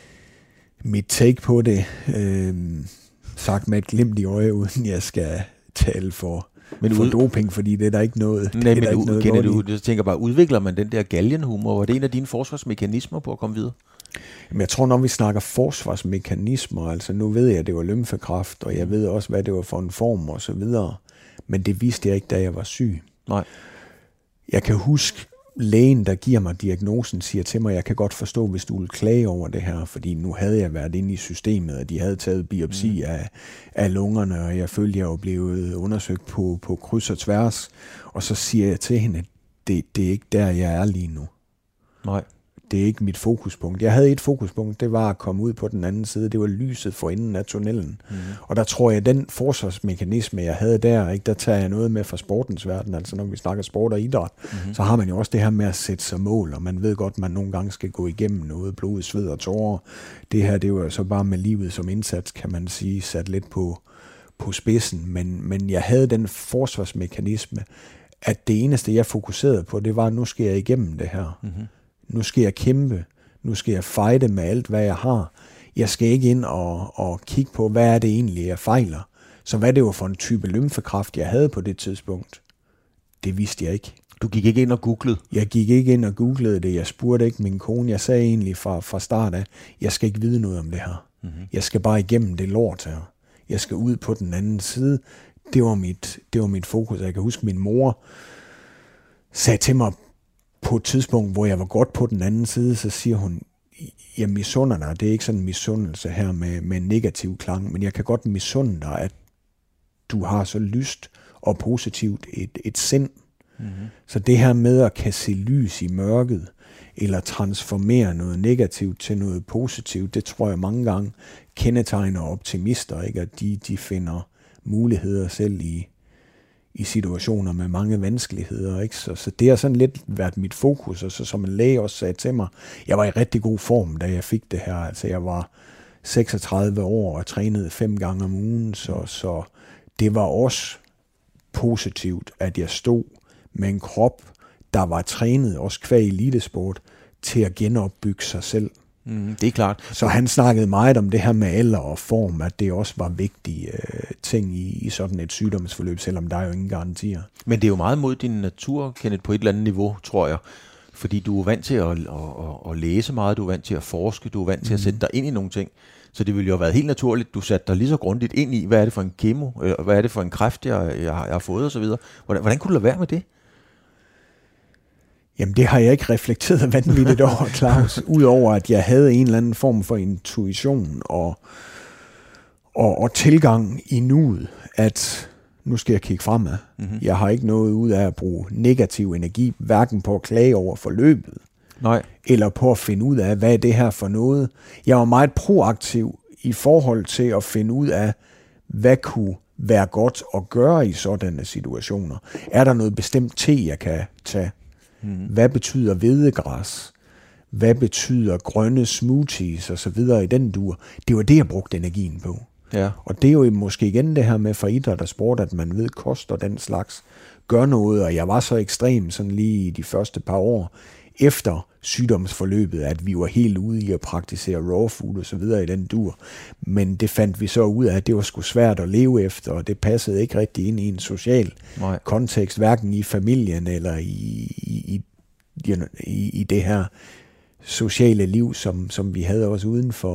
mit take på det. Øhm, sagt med et glimt i øje, uden jeg skal tale for, men for ud... doping, fordi det er der ikke noget. Nej, det men ikke u- noget kender du, jeg tænker bare, udvikler man den der galgenhumor? Var det en af dine forsvarsmekanismer på at komme videre? Men jeg tror, når vi snakker forsvarsmekanismer, altså nu ved jeg, at det var lymfekræft, og jeg ved også, hvad det var for en form og så videre. Men det vidste jeg ikke, da jeg var syg. Nej. Jeg kan huske, lægen, der giver mig diagnosen, siger til mig, jeg kan godt forstå, hvis du vil klage over det her, fordi nu havde jeg været inde i systemet, og de havde taget biopsi mm. af, af lungerne, og jeg følte, jeg var blevet undersøgt på, på kryds og tværs. Og så siger jeg til hende, det, det er ikke der, jeg er lige nu. Nej. Det er ikke mit fokuspunkt. Jeg havde et fokuspunkt, det var at komme ud på den anden side. Det var lyset for enden af tunnelen. Mm. Og der tror jeg, den forsvarsmekanisme, jeg havde der, ikke, der tager jeg noget med fra sportens verden. Altså når vi snakker sport og idræt, mm. så har man jo også det her med at sætte sig mål, og man ved godt, at man nogle gange skal gå igennem noget, blod, sved og tårer. Det her, det var så bare med livet som indsats, kan man sige, sat lidt på, på spidsen. Men, men jeg havde den forsvarsmekanisme, at det eneste, jeg fokuserede på, det var, at nu skal jeg igennem det her. Mm. Nu skal jeg kæmpe, nu skal jeg fighte med alt, hvad jeg har. Jeg skal ikke ind og, og kigge på, hvad er det egentlig, jeg fejler. Så hvad det var for en type lymfekræft, jeg havde på det tidspunkt, det vidste jeg ikke. Du gik ikke ind og googlede? Jeg gik ikke ind og googlede det. Jeg spurgte ikke min kone. Jeg sagde egentlig fra, fra start af, jeg skal ikke vide noget om det her. Mm-hmm. Jeg skal bare igennem det lort her. Jeg skal ud på den anden side. Det var mit, det var mit fokus. Jeg kan huske, min mor sagde til mig, på et tidspunkt, hvor jeg var godt på den anden side, så siger hun, jeg misunder dig. Det er ikke sådan en misundelse her med, med en negativ klang, men jeg kan godt misunde dig, at du har så lyst og positivt et, et sind. Mm-hmm. Så det her med at kan se lys i mørket, eller transformere noget negativt til noget positivt, det tror jeg mange gange kendetegner optimister, ikke? At de, de finder muligheder selv i i situationer med mange vanskeligheder, ikke? Så, så det har sådan lidt været mit fokus, og så som en læge også sagde til mig, jeg var i rigtig god form, da jeg fik det her, altså jeg var seksogtredive år og trænede fem gange om ugen, så, så det var også positivt, at jeg stod med en krop, der var trænet, også kvæg elitesport, til at genopbygge sig selv. Mm, det er klart. Så han snakkede meget om det her med alder og form, at det også var vigtige øh, ting i, i sådan et sygdomsforløb, selvom der er jo ingen garantier. Men det er jo meget mod din natur, Kenneth, på et eller andet niveau, tror jeg. Fordi du er vant til at, at, at, at læse meget, du er vant til at forske, du er vant til at sætte dig ind i nogle ting. Så det ville jo have været helt naturligt, du satte dig lige så grundigt ind i, hvad er det for en kemo, hvad er det for en kræft, jeg, jeg, har, jeg har fået osv. Hvordan, hvordan kunne du lade være med det? Jamen det har jeg ikke reflekteret vanvittigt over, Claus, udover at jeg havde en eller anden form for intuition og, og, og tilgang i nuet, at nu skal jeg kigge fremad. Mm-hmm. Jeg har ikke noget ud af at bruge negativ energi, hverken på at klage over forløbet, Nej. eller på at finde ud af, hvad er det her for noget. Jeg var meget proaktiv i forhold til at finde ud af, hvad kunne være godt at gøre i sådanne situationer. Er der noget bestemt te, jeg kan tage? Hmm. Hvad betyder hvedegræs? Hvad betyder grønne smoothies og så videre i den dur? Det var det, jeg brugte energien på. Ja. Og det er jo måske igen det her med for idræt og sport, at man ved kost og den slags gør noget, og jeg var så ekstrem sådan lige i de første par år efter sygdomsforløbet, at vi var helt ude i at praktisere raw food og så videre i den dur. Men det fandt vi så ud af, at det var sgu svært at leve efter, og det passede ikke rigtig ind i en social Nej. kontekst, hverken i familien eller i, i, i, i det her sociale liv, som, som vi havde også uden for,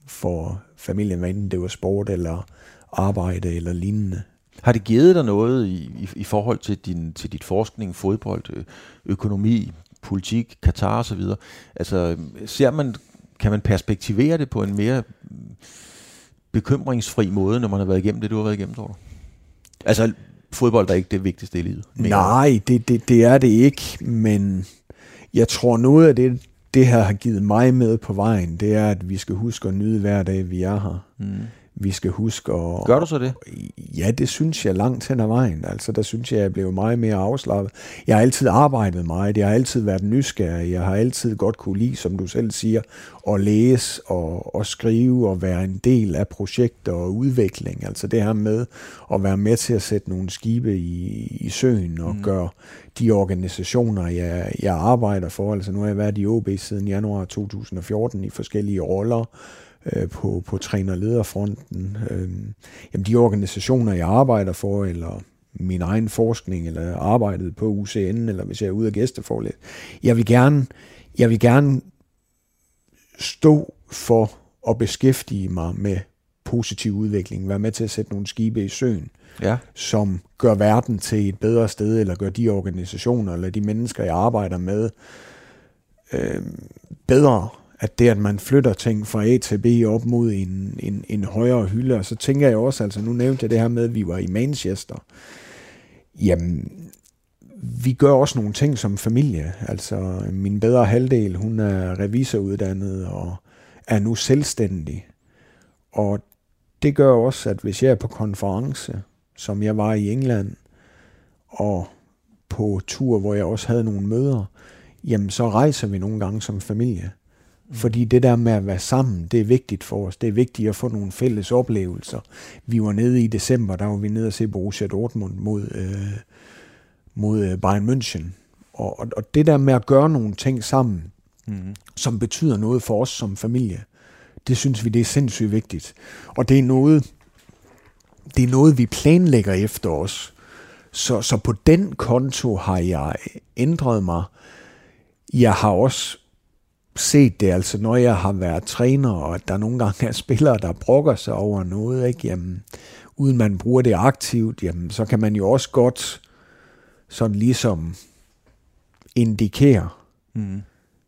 for familien, hvad enten det var sport eller arbejde eller lignende. Har det givet dig noget i, i, i forhold til, din, til dit forskning, fodbold, økonomi, politik, Katar og så videre? Altså, ser man, kan man perspektivere det på en mere bekymringsfri måde, når man har været igennem det, du har været igennem, tror du? Altså, fodbold er ikke det vigtigste i livet. Nej, det, det, det er det ikke, men jeg tror noget af det, det her har givet mig med på vejen, det er, at vi skal huske at nyde hver dag, vi er her. Mm. Vi skal huske at... Gør du så det? Ja, det synes jeg langt hen ad vejen. Altså, der synes jeg, jeg blev meget mere afslappet. Jeg har altid arbejdet meget. Jeg har altid været nysgerrig. Jeg har altid godt kunne lide, som du selv siger, at læse og, og skrive og være en del af projekter og udvikling. Altså det her med at være med til at sætte nogle skibe i, i søen og mm. gøre de organisationer, jeg, jeg arbejder for. Altså nu har jeg været i O B siden januar to tusind og fjorten i forskellige roller. På, på træner-lederfronten. Øhm, jamen de organisationer, jeg arbejder for, eller min egen forskning, eller arbejdet på U C N, eller hvis jeg er ude af gæsteforlæg. Jeg vil gerne, jeg vil gerne stå for at beskæftige mig med positiv udvikling, være med til at sætte nogle skibe i søen, ja. Som gør verden til et bedre sted, eller gør de organisationer, eller de mennesker, jeg arbejder med, øh, bedre. At det, at man flytter ting fra A til B op mod en, en, en højere hylde, og så tænker jeg også, altså nu nævnte jeg det her med, at vi var i Manchester. Jamen, vi gør også nogle ting som familie. Altså, min bedre halvdel, hun er revisoruddannet og er nu selvstændig. Og det gør også, at hvis jeg er på konference, som jeg var i England, og på tur, hvor jeg også havde nogle møder, jamen så rejser vi nogle gange som familie. Fordi det der med at være sammen, det er vigtigt for os. Det er vigtigt at få nogle fælles oplevelser. Vi var nede i december, der var vi nede og se Borussia Dortmund mod, øh, mod Bayern München. Og, og, og det der med at gøre nogle ting sammen, mm-hmm. som betyder noget for os som familie, det synes vi, det er sindssygt vigtigt. Og det er noget, det er noget vi planlægger efter os. Så, så på den konto har jeg ændret mig. Jeg har også set det, altså når jeg har været træner, og at der nogle gange er spillere, der brokker sig over noget, ikke? Jamen, uden man bruger det aktivt, jamen, så kan man jo også godt sådan ligesom indikere, mm.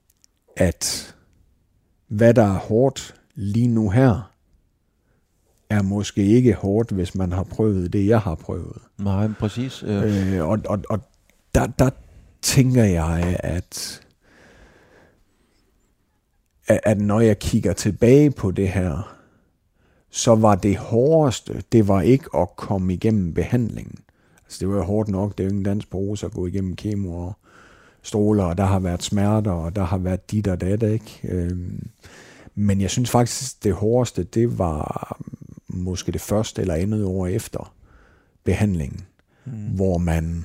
at hvad der er hårdt lige nu her, er måske ikke hårdt, hvis man har prøvet det, jeg har prøvet. Nej, præcis. Øh. Øh, og og, og der, der tænker jeg, at at når jeg kigger tilbage på det her, så var det hårdeste, det var ikke at komme igennem behandlingen. Altså det var jo hårdt nok, det er jo ingen dans på roser at gå igennem kemo og stråler, og der har været smerter, og der har været dit og dat, ikke? Øhm, men jeg synes faktisk, det hårdeste, det var måske det første eller andet år efter behandlingen, mm. hvor man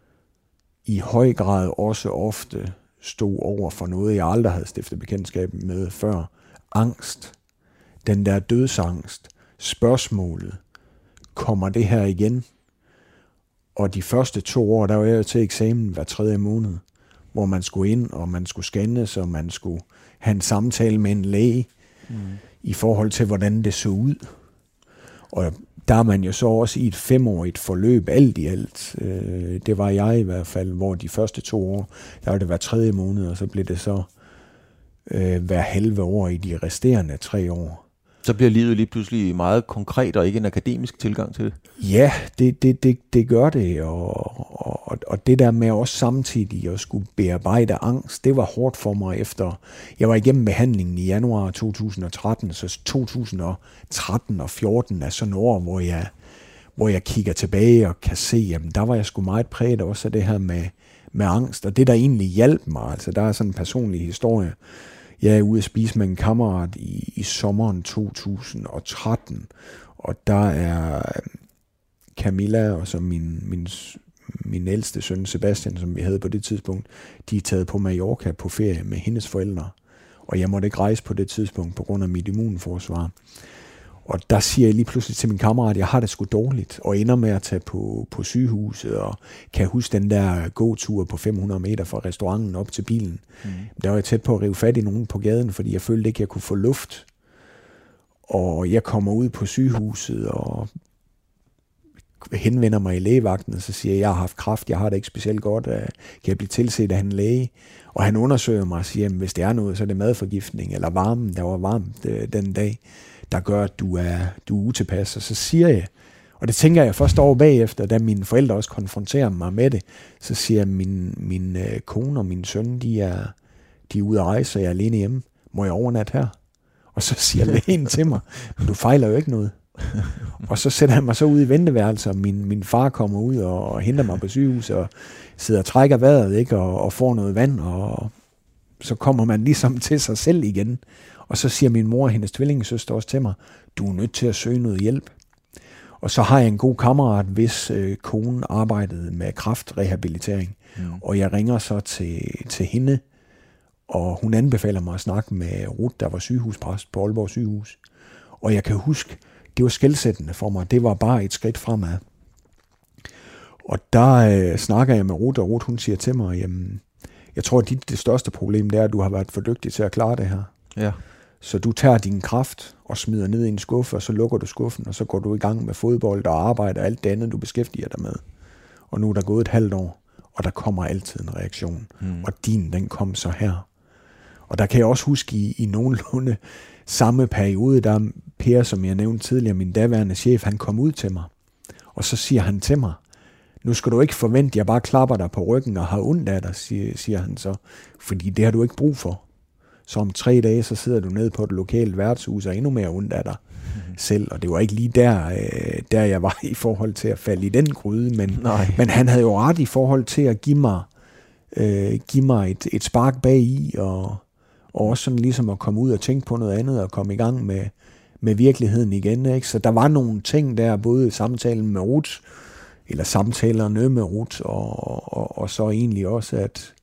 i høj grad også ofte stod over for noget, jeg aldrig havde stiftet bekendtskab med før. Angst. Den der dødsangst. Spørgsmålet. Kommer det her igen? Og de første to år, der var jeg til eksamen hver tredje måned, hvor man skulle ind, og man skulle scannes, og man skulle have en samtale med en læge, mm. i forhold til, hvordan det så ud. Og der er man jo så også i et femårigt forløb, alt i alt. Det var jeg i hvert fald, hvor de første to år, der var det hver tredje måned, og så blev det så øh, hver halve år i de resterende tre år. Så bliver livet lige pludselig meget konkret, og ikke en akademisk tilgang til det? Ja, det, det, det, det gør det, og, og, og det der med også samtidig at skulle bearbejde angst, det var hårdt for mig efter, jeg var igennem behandlingen i januar to tusind og tretten, så to tusind og tretten og fjorten er sådan år, hvor jeg, hvor jeg kigger tilbage og kan se, jamen der var jeg sgu meget præget også af det her med, med angst, og det der egentlig hjalp mig, altså der er sådan en personlig historie. Jeg er ude at spise med en kammerat i, i sommeren to tusind og tretten, og der er Camilla og så min, min, min ældste søn Sebastian, som vi havde på det tidspunkt, de er taget på Mallorca på ferie med hendes forældre, og jeg måtte ikke rejse på det tidspunkt på grund af mit immunforsvar. Og der siger jeg lige pludselig til min kammerat, at jeg har det sgu dårligt, og ender med at tage på, på sygehuset, og kan huske den der gåtur på fem hundrede meter fra restauranten op til bilen. Mm. Der var jeg tæt på at rive fat i nogen på gaden, fordi jeg følte ikke, at jeg kunne få luft. Og jeg kommer ud på sygehuset og henvender mig i lægevagten, og så siger jeg, jeg har haft kræft, jeg har det ikke specielt godt, kan jeg blive tilset af en læge? Og han undersøger mig og siger, at hvis det er noget, så er det madforgiftning, eller varmen, der var varmt øh, den dag, der gør, at du er, du er utilpas. Og så siger jeg, og det tænker jeg først over bagefter, da mine forældre også konfronterer mig med det, så siger jeg, min, min øh, kone og min søn, de er, de er ude at rejse, og jeg er alene hjemme. Må jeg overnatte her? Og så siger lægen til mig, men du fejler jo ikke noget. Og så sætter han mig så ud i venteværelset, og min, min far kommer ud og, og henter mig på sygehuset, og sidder og trækker vejret, ikke, og, og får noget vand, og så kommer man ligesom til sig selv igen. Og så siger min mor og hendes tvillingesøster også til mig, du er nødt til at søge noget hjælp. Og så har jeg en god kammerat, hvis øh, kone arbejdede med kræftrehabilitering, mm. og jeg ringer så til, til hende, og hun anbefaler mig at snakke med Ruth, der var sygehuspræst på Aalborg sygehus. Og jeg kan huske, det var skelsættende for mig. Det var bare et skridt fremad. Og der øh, snakker jeg med Ruth, og Ruth hun siger til mig, jamen, jeg tror, at dit, det største problem det er, at du har været for dygtig til at klare det her. Ja. Så du tager din kraft og smider ned i en skuffe, og så lukker du skuffen, og så går du i gang med fodbold og arbejde og alt det andet, du beskæftiger dig med. Og nu er der gået et halvt år, og der kommer altid en reaktion. Mm. Og din, den kom så her. Og der kan jeg også huske i, i nogenlunde samme periode, der Per, som jeg nævnte tidligere, min daværende chef, han kom ud til mig. Og så siger han til mig, nu skal du ikke forvente, at jeg bare klapper dig på ryggen og har ondt af dig, siger, siger han så. Fordi det har du ikke brug for. Så om tre dage, så sidder du nede på et lokalt værtshus og endnu mere ondt af dig mm-hmm. selv. Og det var ikke lige der, øh, der jeg var i forhold til at falde i den gryde. Men, men han havde jo ret i forhold til at give mig, øh, give mig et, et spark bag i, og, og også sådan ligesom at komme ud og tænke på noget andet, og komme i gang med, med virkeligheden igen. Ikke? Så der var nogle ting der, både i samtalen med Ruth, eller samtalerne med Ruth, og, og, og så egentlig også, at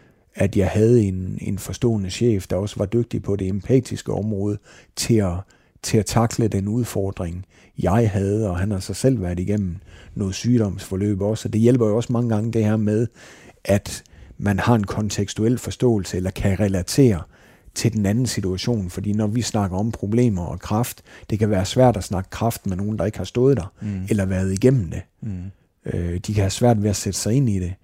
at jeg havde en, en forstående chef, der også var dygtig på det empatiske område, til at, til at takle den udfordring, jeg havde, og han har så selv været igennem noget sygdomsforløb også. Og det hjælper jo også mange gange det her med, at man har en kontekstuel forståelse, eller kan relatere til den anden situation, fordi når vi snakker om problemer og kræft, det kan være svært at snakke kræft med nogen, der ikke har stået der, mm. eller været igennem det. Mm. Øh, de kan have svært ved at sætte sig ind i det.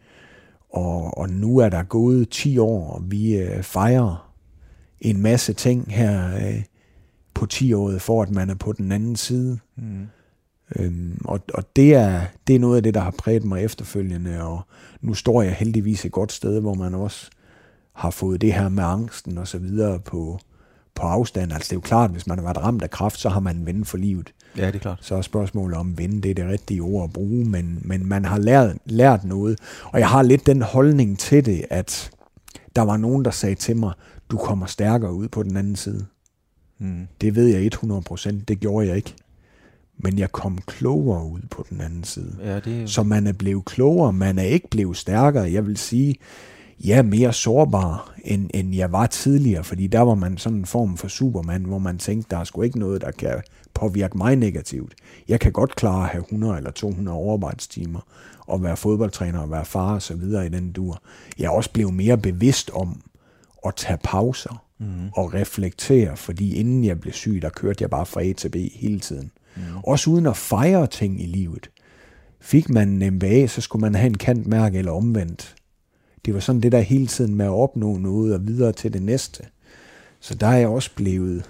Og, og nu er der gået ti år, og vi øh, fejrer en masse ting her øh, på ti året, for at man er på den anden side. Mm. Øhm, og og det, er, det er noget af det, der har præget mig efterfølgende, og nu står jeg heldigvis et godt sted, hvor man også har fået det her med angsten og så videre på, på afstand. Altså det er jo klart, hvis man har været ramt af kræft, så har man en ven for livet. Ja, det er klart. Så er spørgsmålet om ven, det er det rigtige ord at bruge, men, men man har lært, lært noget. Og jeg har lidt den holdning til det, at der var nogen, der sagde til mig, du kommer stærkere ud på den anden side. Mm. Det ved jeg hundrede procent, det gjorde jeg ikke. Men jeg kom klogere ud på den anden side. Ja, det... Så man er blevet klogere, man er ikke blevet stærkere. Jeg vil sige, jeg er mere sårbar, end, end jeg var tidligere, fordi der var man sådan en form for Superman, hvor man tænkte, der er sgu ikke noget, der kan påvirke mig negativt. Jeg kan godt klare at have hundrede eller to hundrede overarbejdstimer, og være fodboldtræner og være far og så videre i den dur. Jeg er også blevet mere bevidst om at tage pauser mm. og reflektere, fordi inden jeg blev syg, der kørte jeg bare fra A til B hele tiden. Mm. Også uden at fejre ting i livet. Fik man en M B A, så skulle man have en kantmærke eller omvendt. Det var sådan det der hele tiden med at opnå noget og videre til det næste. Så der er jeg også blevet,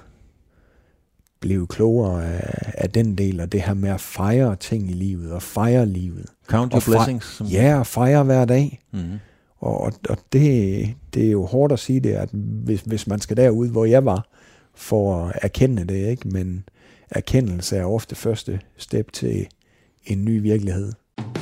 blevet klogere af, af den del, og det her med at fejre ting i livet og fejre livet. Count your blessings. Som... Ja, og fejre hver dag. Mm-hmm. Og, og det, det er jo hårdt at sige det, at hvis, hvis man skal derud, hvor jeg var, for at erkende det, ikke? Men erkendelse er ofte første step til en ny virkelighed.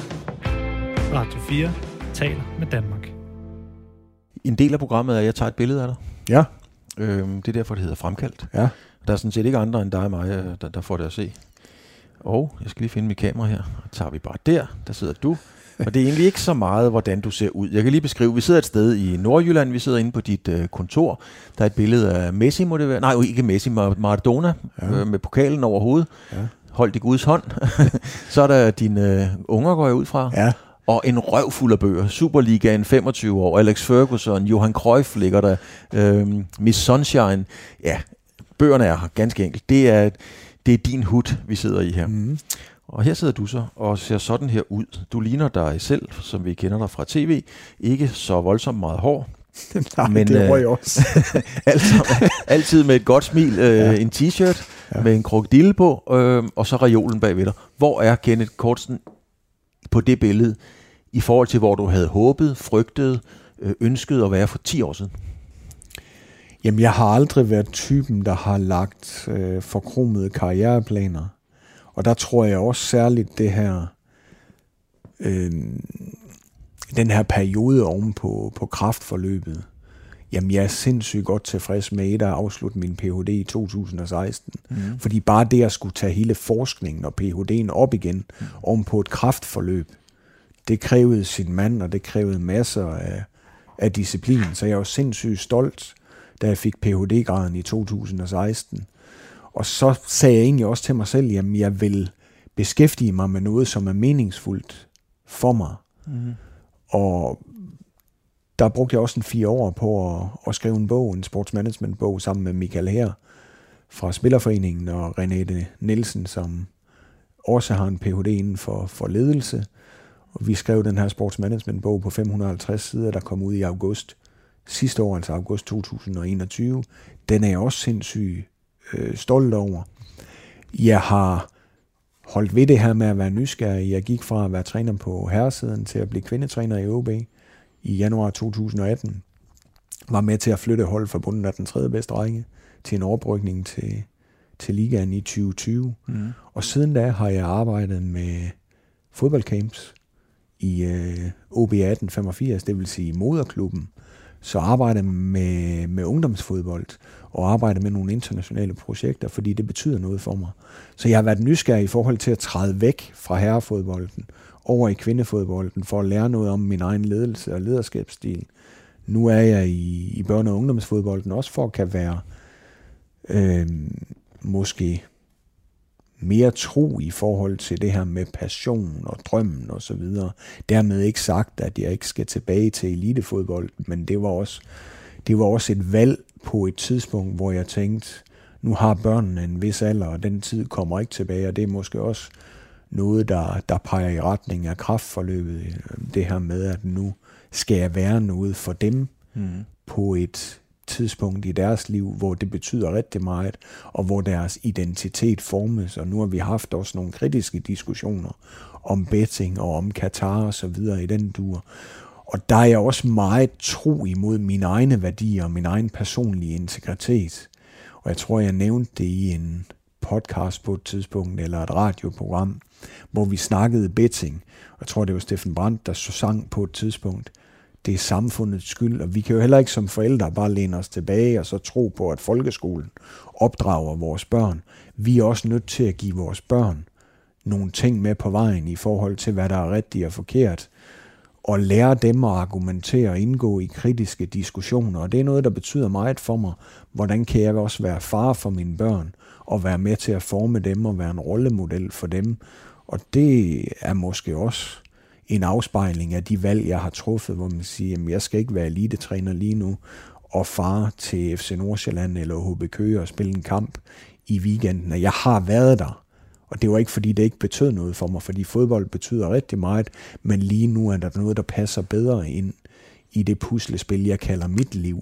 Radio fire taler med Danmark. En del af programmet er, at jeg tager et billede af dig. Ja. Øhm, det er derfor, det hedder Fremkaldt. Ja. Der er sådan set ikke andre end dig og mig, der, der får det at se. Og jeg skal lige finde mit kamera her. Og tager vi bare der. Der sidder du. Og det er egentlig ikke så meget, hvordan du ser ud. Jeg kan lige beskrive, vi sidder et sted i Nordjylland. Vi sidder inde på dit øh, kontor. Der er et billede af Messi, må det være. Nej, ikke Messi, Maradona. Ja. Øh, med pokalen over hovedet. Ja. Holdt i Guds hånd. Så er der dine øh, unger, går jeg ud fra. Ja. Og en røv fuld af bøger. Superligaen femogtyve år. Alex Ferguson, Johan Cruyff ligger der. Øh, Miss Sunshine. Ja, bøgerne er her, ganske enkelt. Det er, det er din hud, vi sidder i her. Mm. Og her sidder du så og ser sådan her ud. Du ligner dig selv, som vi kender dig fra tv. Ikke så voldsomt meget hår. Nej, men, det røg også. altid, altid med et godt smil, øh, ja. En t-shirt ja. Med en krokodille på, øh, og så reolen bagved dig. Hvor er Kenneth Kortsen på det billede, i forhold til hvor du havde håbet, frygtet, øh, ønsket at være for ti år siden? Jamen, jeg har aldrig været typen, der har lagt øh, forkromede karriereplaner. Og der tror jeg også særligt det her, øh, den her periode oven på, på kræftforløbet. Jamen, jeg er sindssygt godt tilfreds med et at afslutte min P H D i to tusind og seksten. Mm. Fordi bare det at skulle tage hele forskningen og P H D'en op igen mm. oven på et kræftforløb, det krævede sin mand, og det krævede masser af, af disciplin. Så jeg var sindssygt stolt, da jeg fik P H D-graden i to tusind og seksten. Og så sagde jeg egentlig også til mig selv, jamen jeg vil beskæftige mig med noget, som er meningsfuldt for mig. Mm. Og der brugte jeg også en fire år på at, at skrive en bog, en sportsmanagement-bog, sammen med Michael Her fra Spillerforeningen og Renate Nielsen, som også har en P H D inden for, for ledelse. Og vi skrev den her sportsmanagement-bog på fem hundrede og halvtreds sider, der kom ud i august sidste år, altså august to tusind og enogtyve. Den er jeg også sindssygt øh, stolt over. Jeg har holdt ved det her med at være nysgerrig. Jeg gik fra at være træner på herresiden til at blive kvindetræner i O B i januar to tusind og atten. Var med til at flytte holdforbundet af den tredje bedste række til en overbrygning til, til ligaen i tyve tyve. Mm. Og siden da har jeg arbejdet med fodboldcamps i øh, O B atten femogfirs, det vil sige moderklubben. Så arbejder med, med ungdomsfodbold og arbejder med nogle internationale projekter, fordi det betyder noget for mig. Så jeg har været nysgerrig i forhold til at træde væk fra herrefodbolden over i kvindefodbolden for at lære noget om min egen ledelse og lederskabsstil. Nu er jeg i, i børne- og ungdomsfodbolden også for at kan være øh, måske mere tro i forhold til det her med passion og drømmen og så videre. Dermed ikke sagt, at jeg ikke skal tilbage til elitefodbold, men det var også, det var også et valg på et tidspunkt, hvor jeg tænkte, nu har børnene en vis alder, og den tid kommer ikke tilbage, og det er måske også noget, der, der peger i retning af kræftforløbet. Det her med, at nu skal jeg være noget for dem mm. på et tidspunkt i deres liv, hvor det betyder rigtig meget, og hvor deres identitet formes, og nu har vi haft også nogle kritiske diskussioner om betting og om Katar og så videre i den dur. Og der er jeg også meget tro imod mine egne værdier og min egen personlige integritet. Og jeg tror, jeg nævnte det i en podcast på et tidspunkt, eller et radioprogram, hvor vi snakkede betting. Og jeg tror, det var Steffen Brandt, der så sang på et tidspunkt, det er samfundets skyld, og vi kan jo heller ikke som forældre bare læne os tilbage og så tro på, at folkeskolen opdrager vores børn. Vi er også nødt til at give vores børn nogle ting med på vejen i forhold til, hvad der er rigtigt og forkert, og lære dem at argumentere og indgå i kritiske diskussioner. Og det er noget, der betyder meget for mig. Hvordan kan jeg også være far for mine børn, og være med til at forme dem og være en rollemodel for dem. Og det er måske også en afspejling af de valg, jeg har truffet, hvor man siger, at jeg skal ikke være elitetræner lige nu, og far til F C Nordsjælland eller H B Køge og spille en kamp i weekenden. Jeg har været der, og det var ikke, fordi det ikke betød noget for mig, fordi fodbold betyder rigtig meget, men lige nu er der noget, der passer bedre ind i det puslespil, jeg kalder mit liv.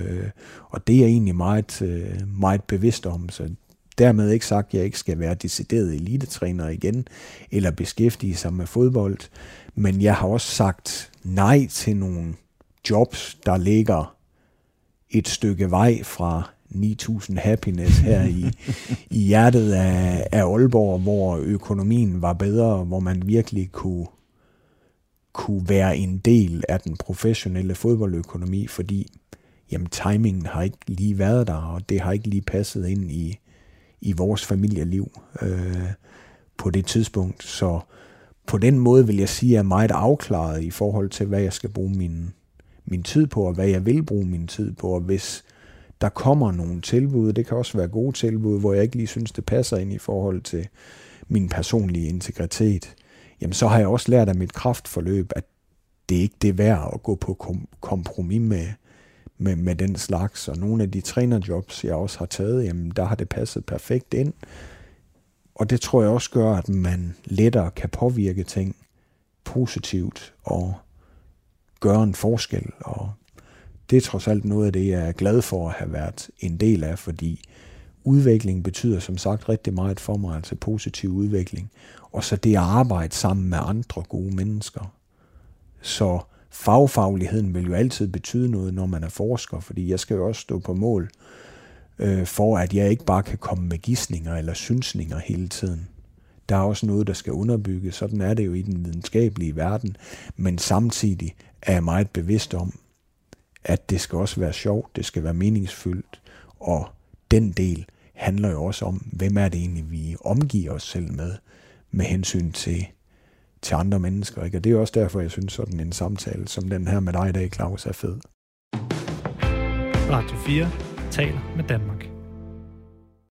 Og det er jeg egentlig meget, meget bevidst om, så dermed ikke sagt, at jeg ikke skal være decideret elitetræner igen, eller beskæftige sig med fodbold, men jeg har også sagt nej til nogle jobs, der ligger et stykke vej fra ni tusind Happiness her i, i hjertet af, af Aalborg, hvor økonomien var bedre, hvor man virkelig kunne, kunne være en del af den professionelle fodboldøkonomi, fordi jamen, timingen har ikke lige været der, og det har ikke lige passet ind i, i vores familieliv øh, på det tidspunkt. Så på den måde vil jeg sige, at jeg er meget afklaret i forhold til, hvad jeg skal bruge min, min tid på, og hvad jeg vil bruge min tid på. Og hvis der kommer nogle tilbud, det kan også være gode tilbud, hvor jeg ikke lige synes, det passer ind i forhold til min personlige integritet, jamen så har jeg også lært af mit kræftforløb, at det ikke det er værd at gå på kom- kompromis med, med, med den slags. Og nogle af de trænerjobs, jeg også har taget, jamen der har det passet perfekt ind. Og det tror jeg også gør, at man lettere kan påvirke ting positivt og gøre en forskel. Og det er trods alt noget af det, jeg er glad for at have været en del af, fordi udvikling betyder som sagt rigtig meget for mig, altså positiv udvikling. Og så det at arbejde sammen med andre gode mennesker. Så fagfagligheden vil jo altid betyde noget, når man er forsker, fordi jeg skal jo også stå på mål øh, for, at jeg ikke bare kan komme med gidsninger eller synsninger hele tiden. Der er også noget, der skal underbygges. Sådan er det jo i den videnskabelige verden. Men samtidig er jeg meget bevidst om, at det skal også være sjovt, det skal være meningsfyldt, og den del handler jo også om, hvem er det egentlig, vi omgiver os selv med, med hensyn til, til andre mennesker. Ikke? Og det er også derfor, jeg synes, sådan en samtale som den her med dig i dag, Claus, er fed. Radio fire taler med Danmark.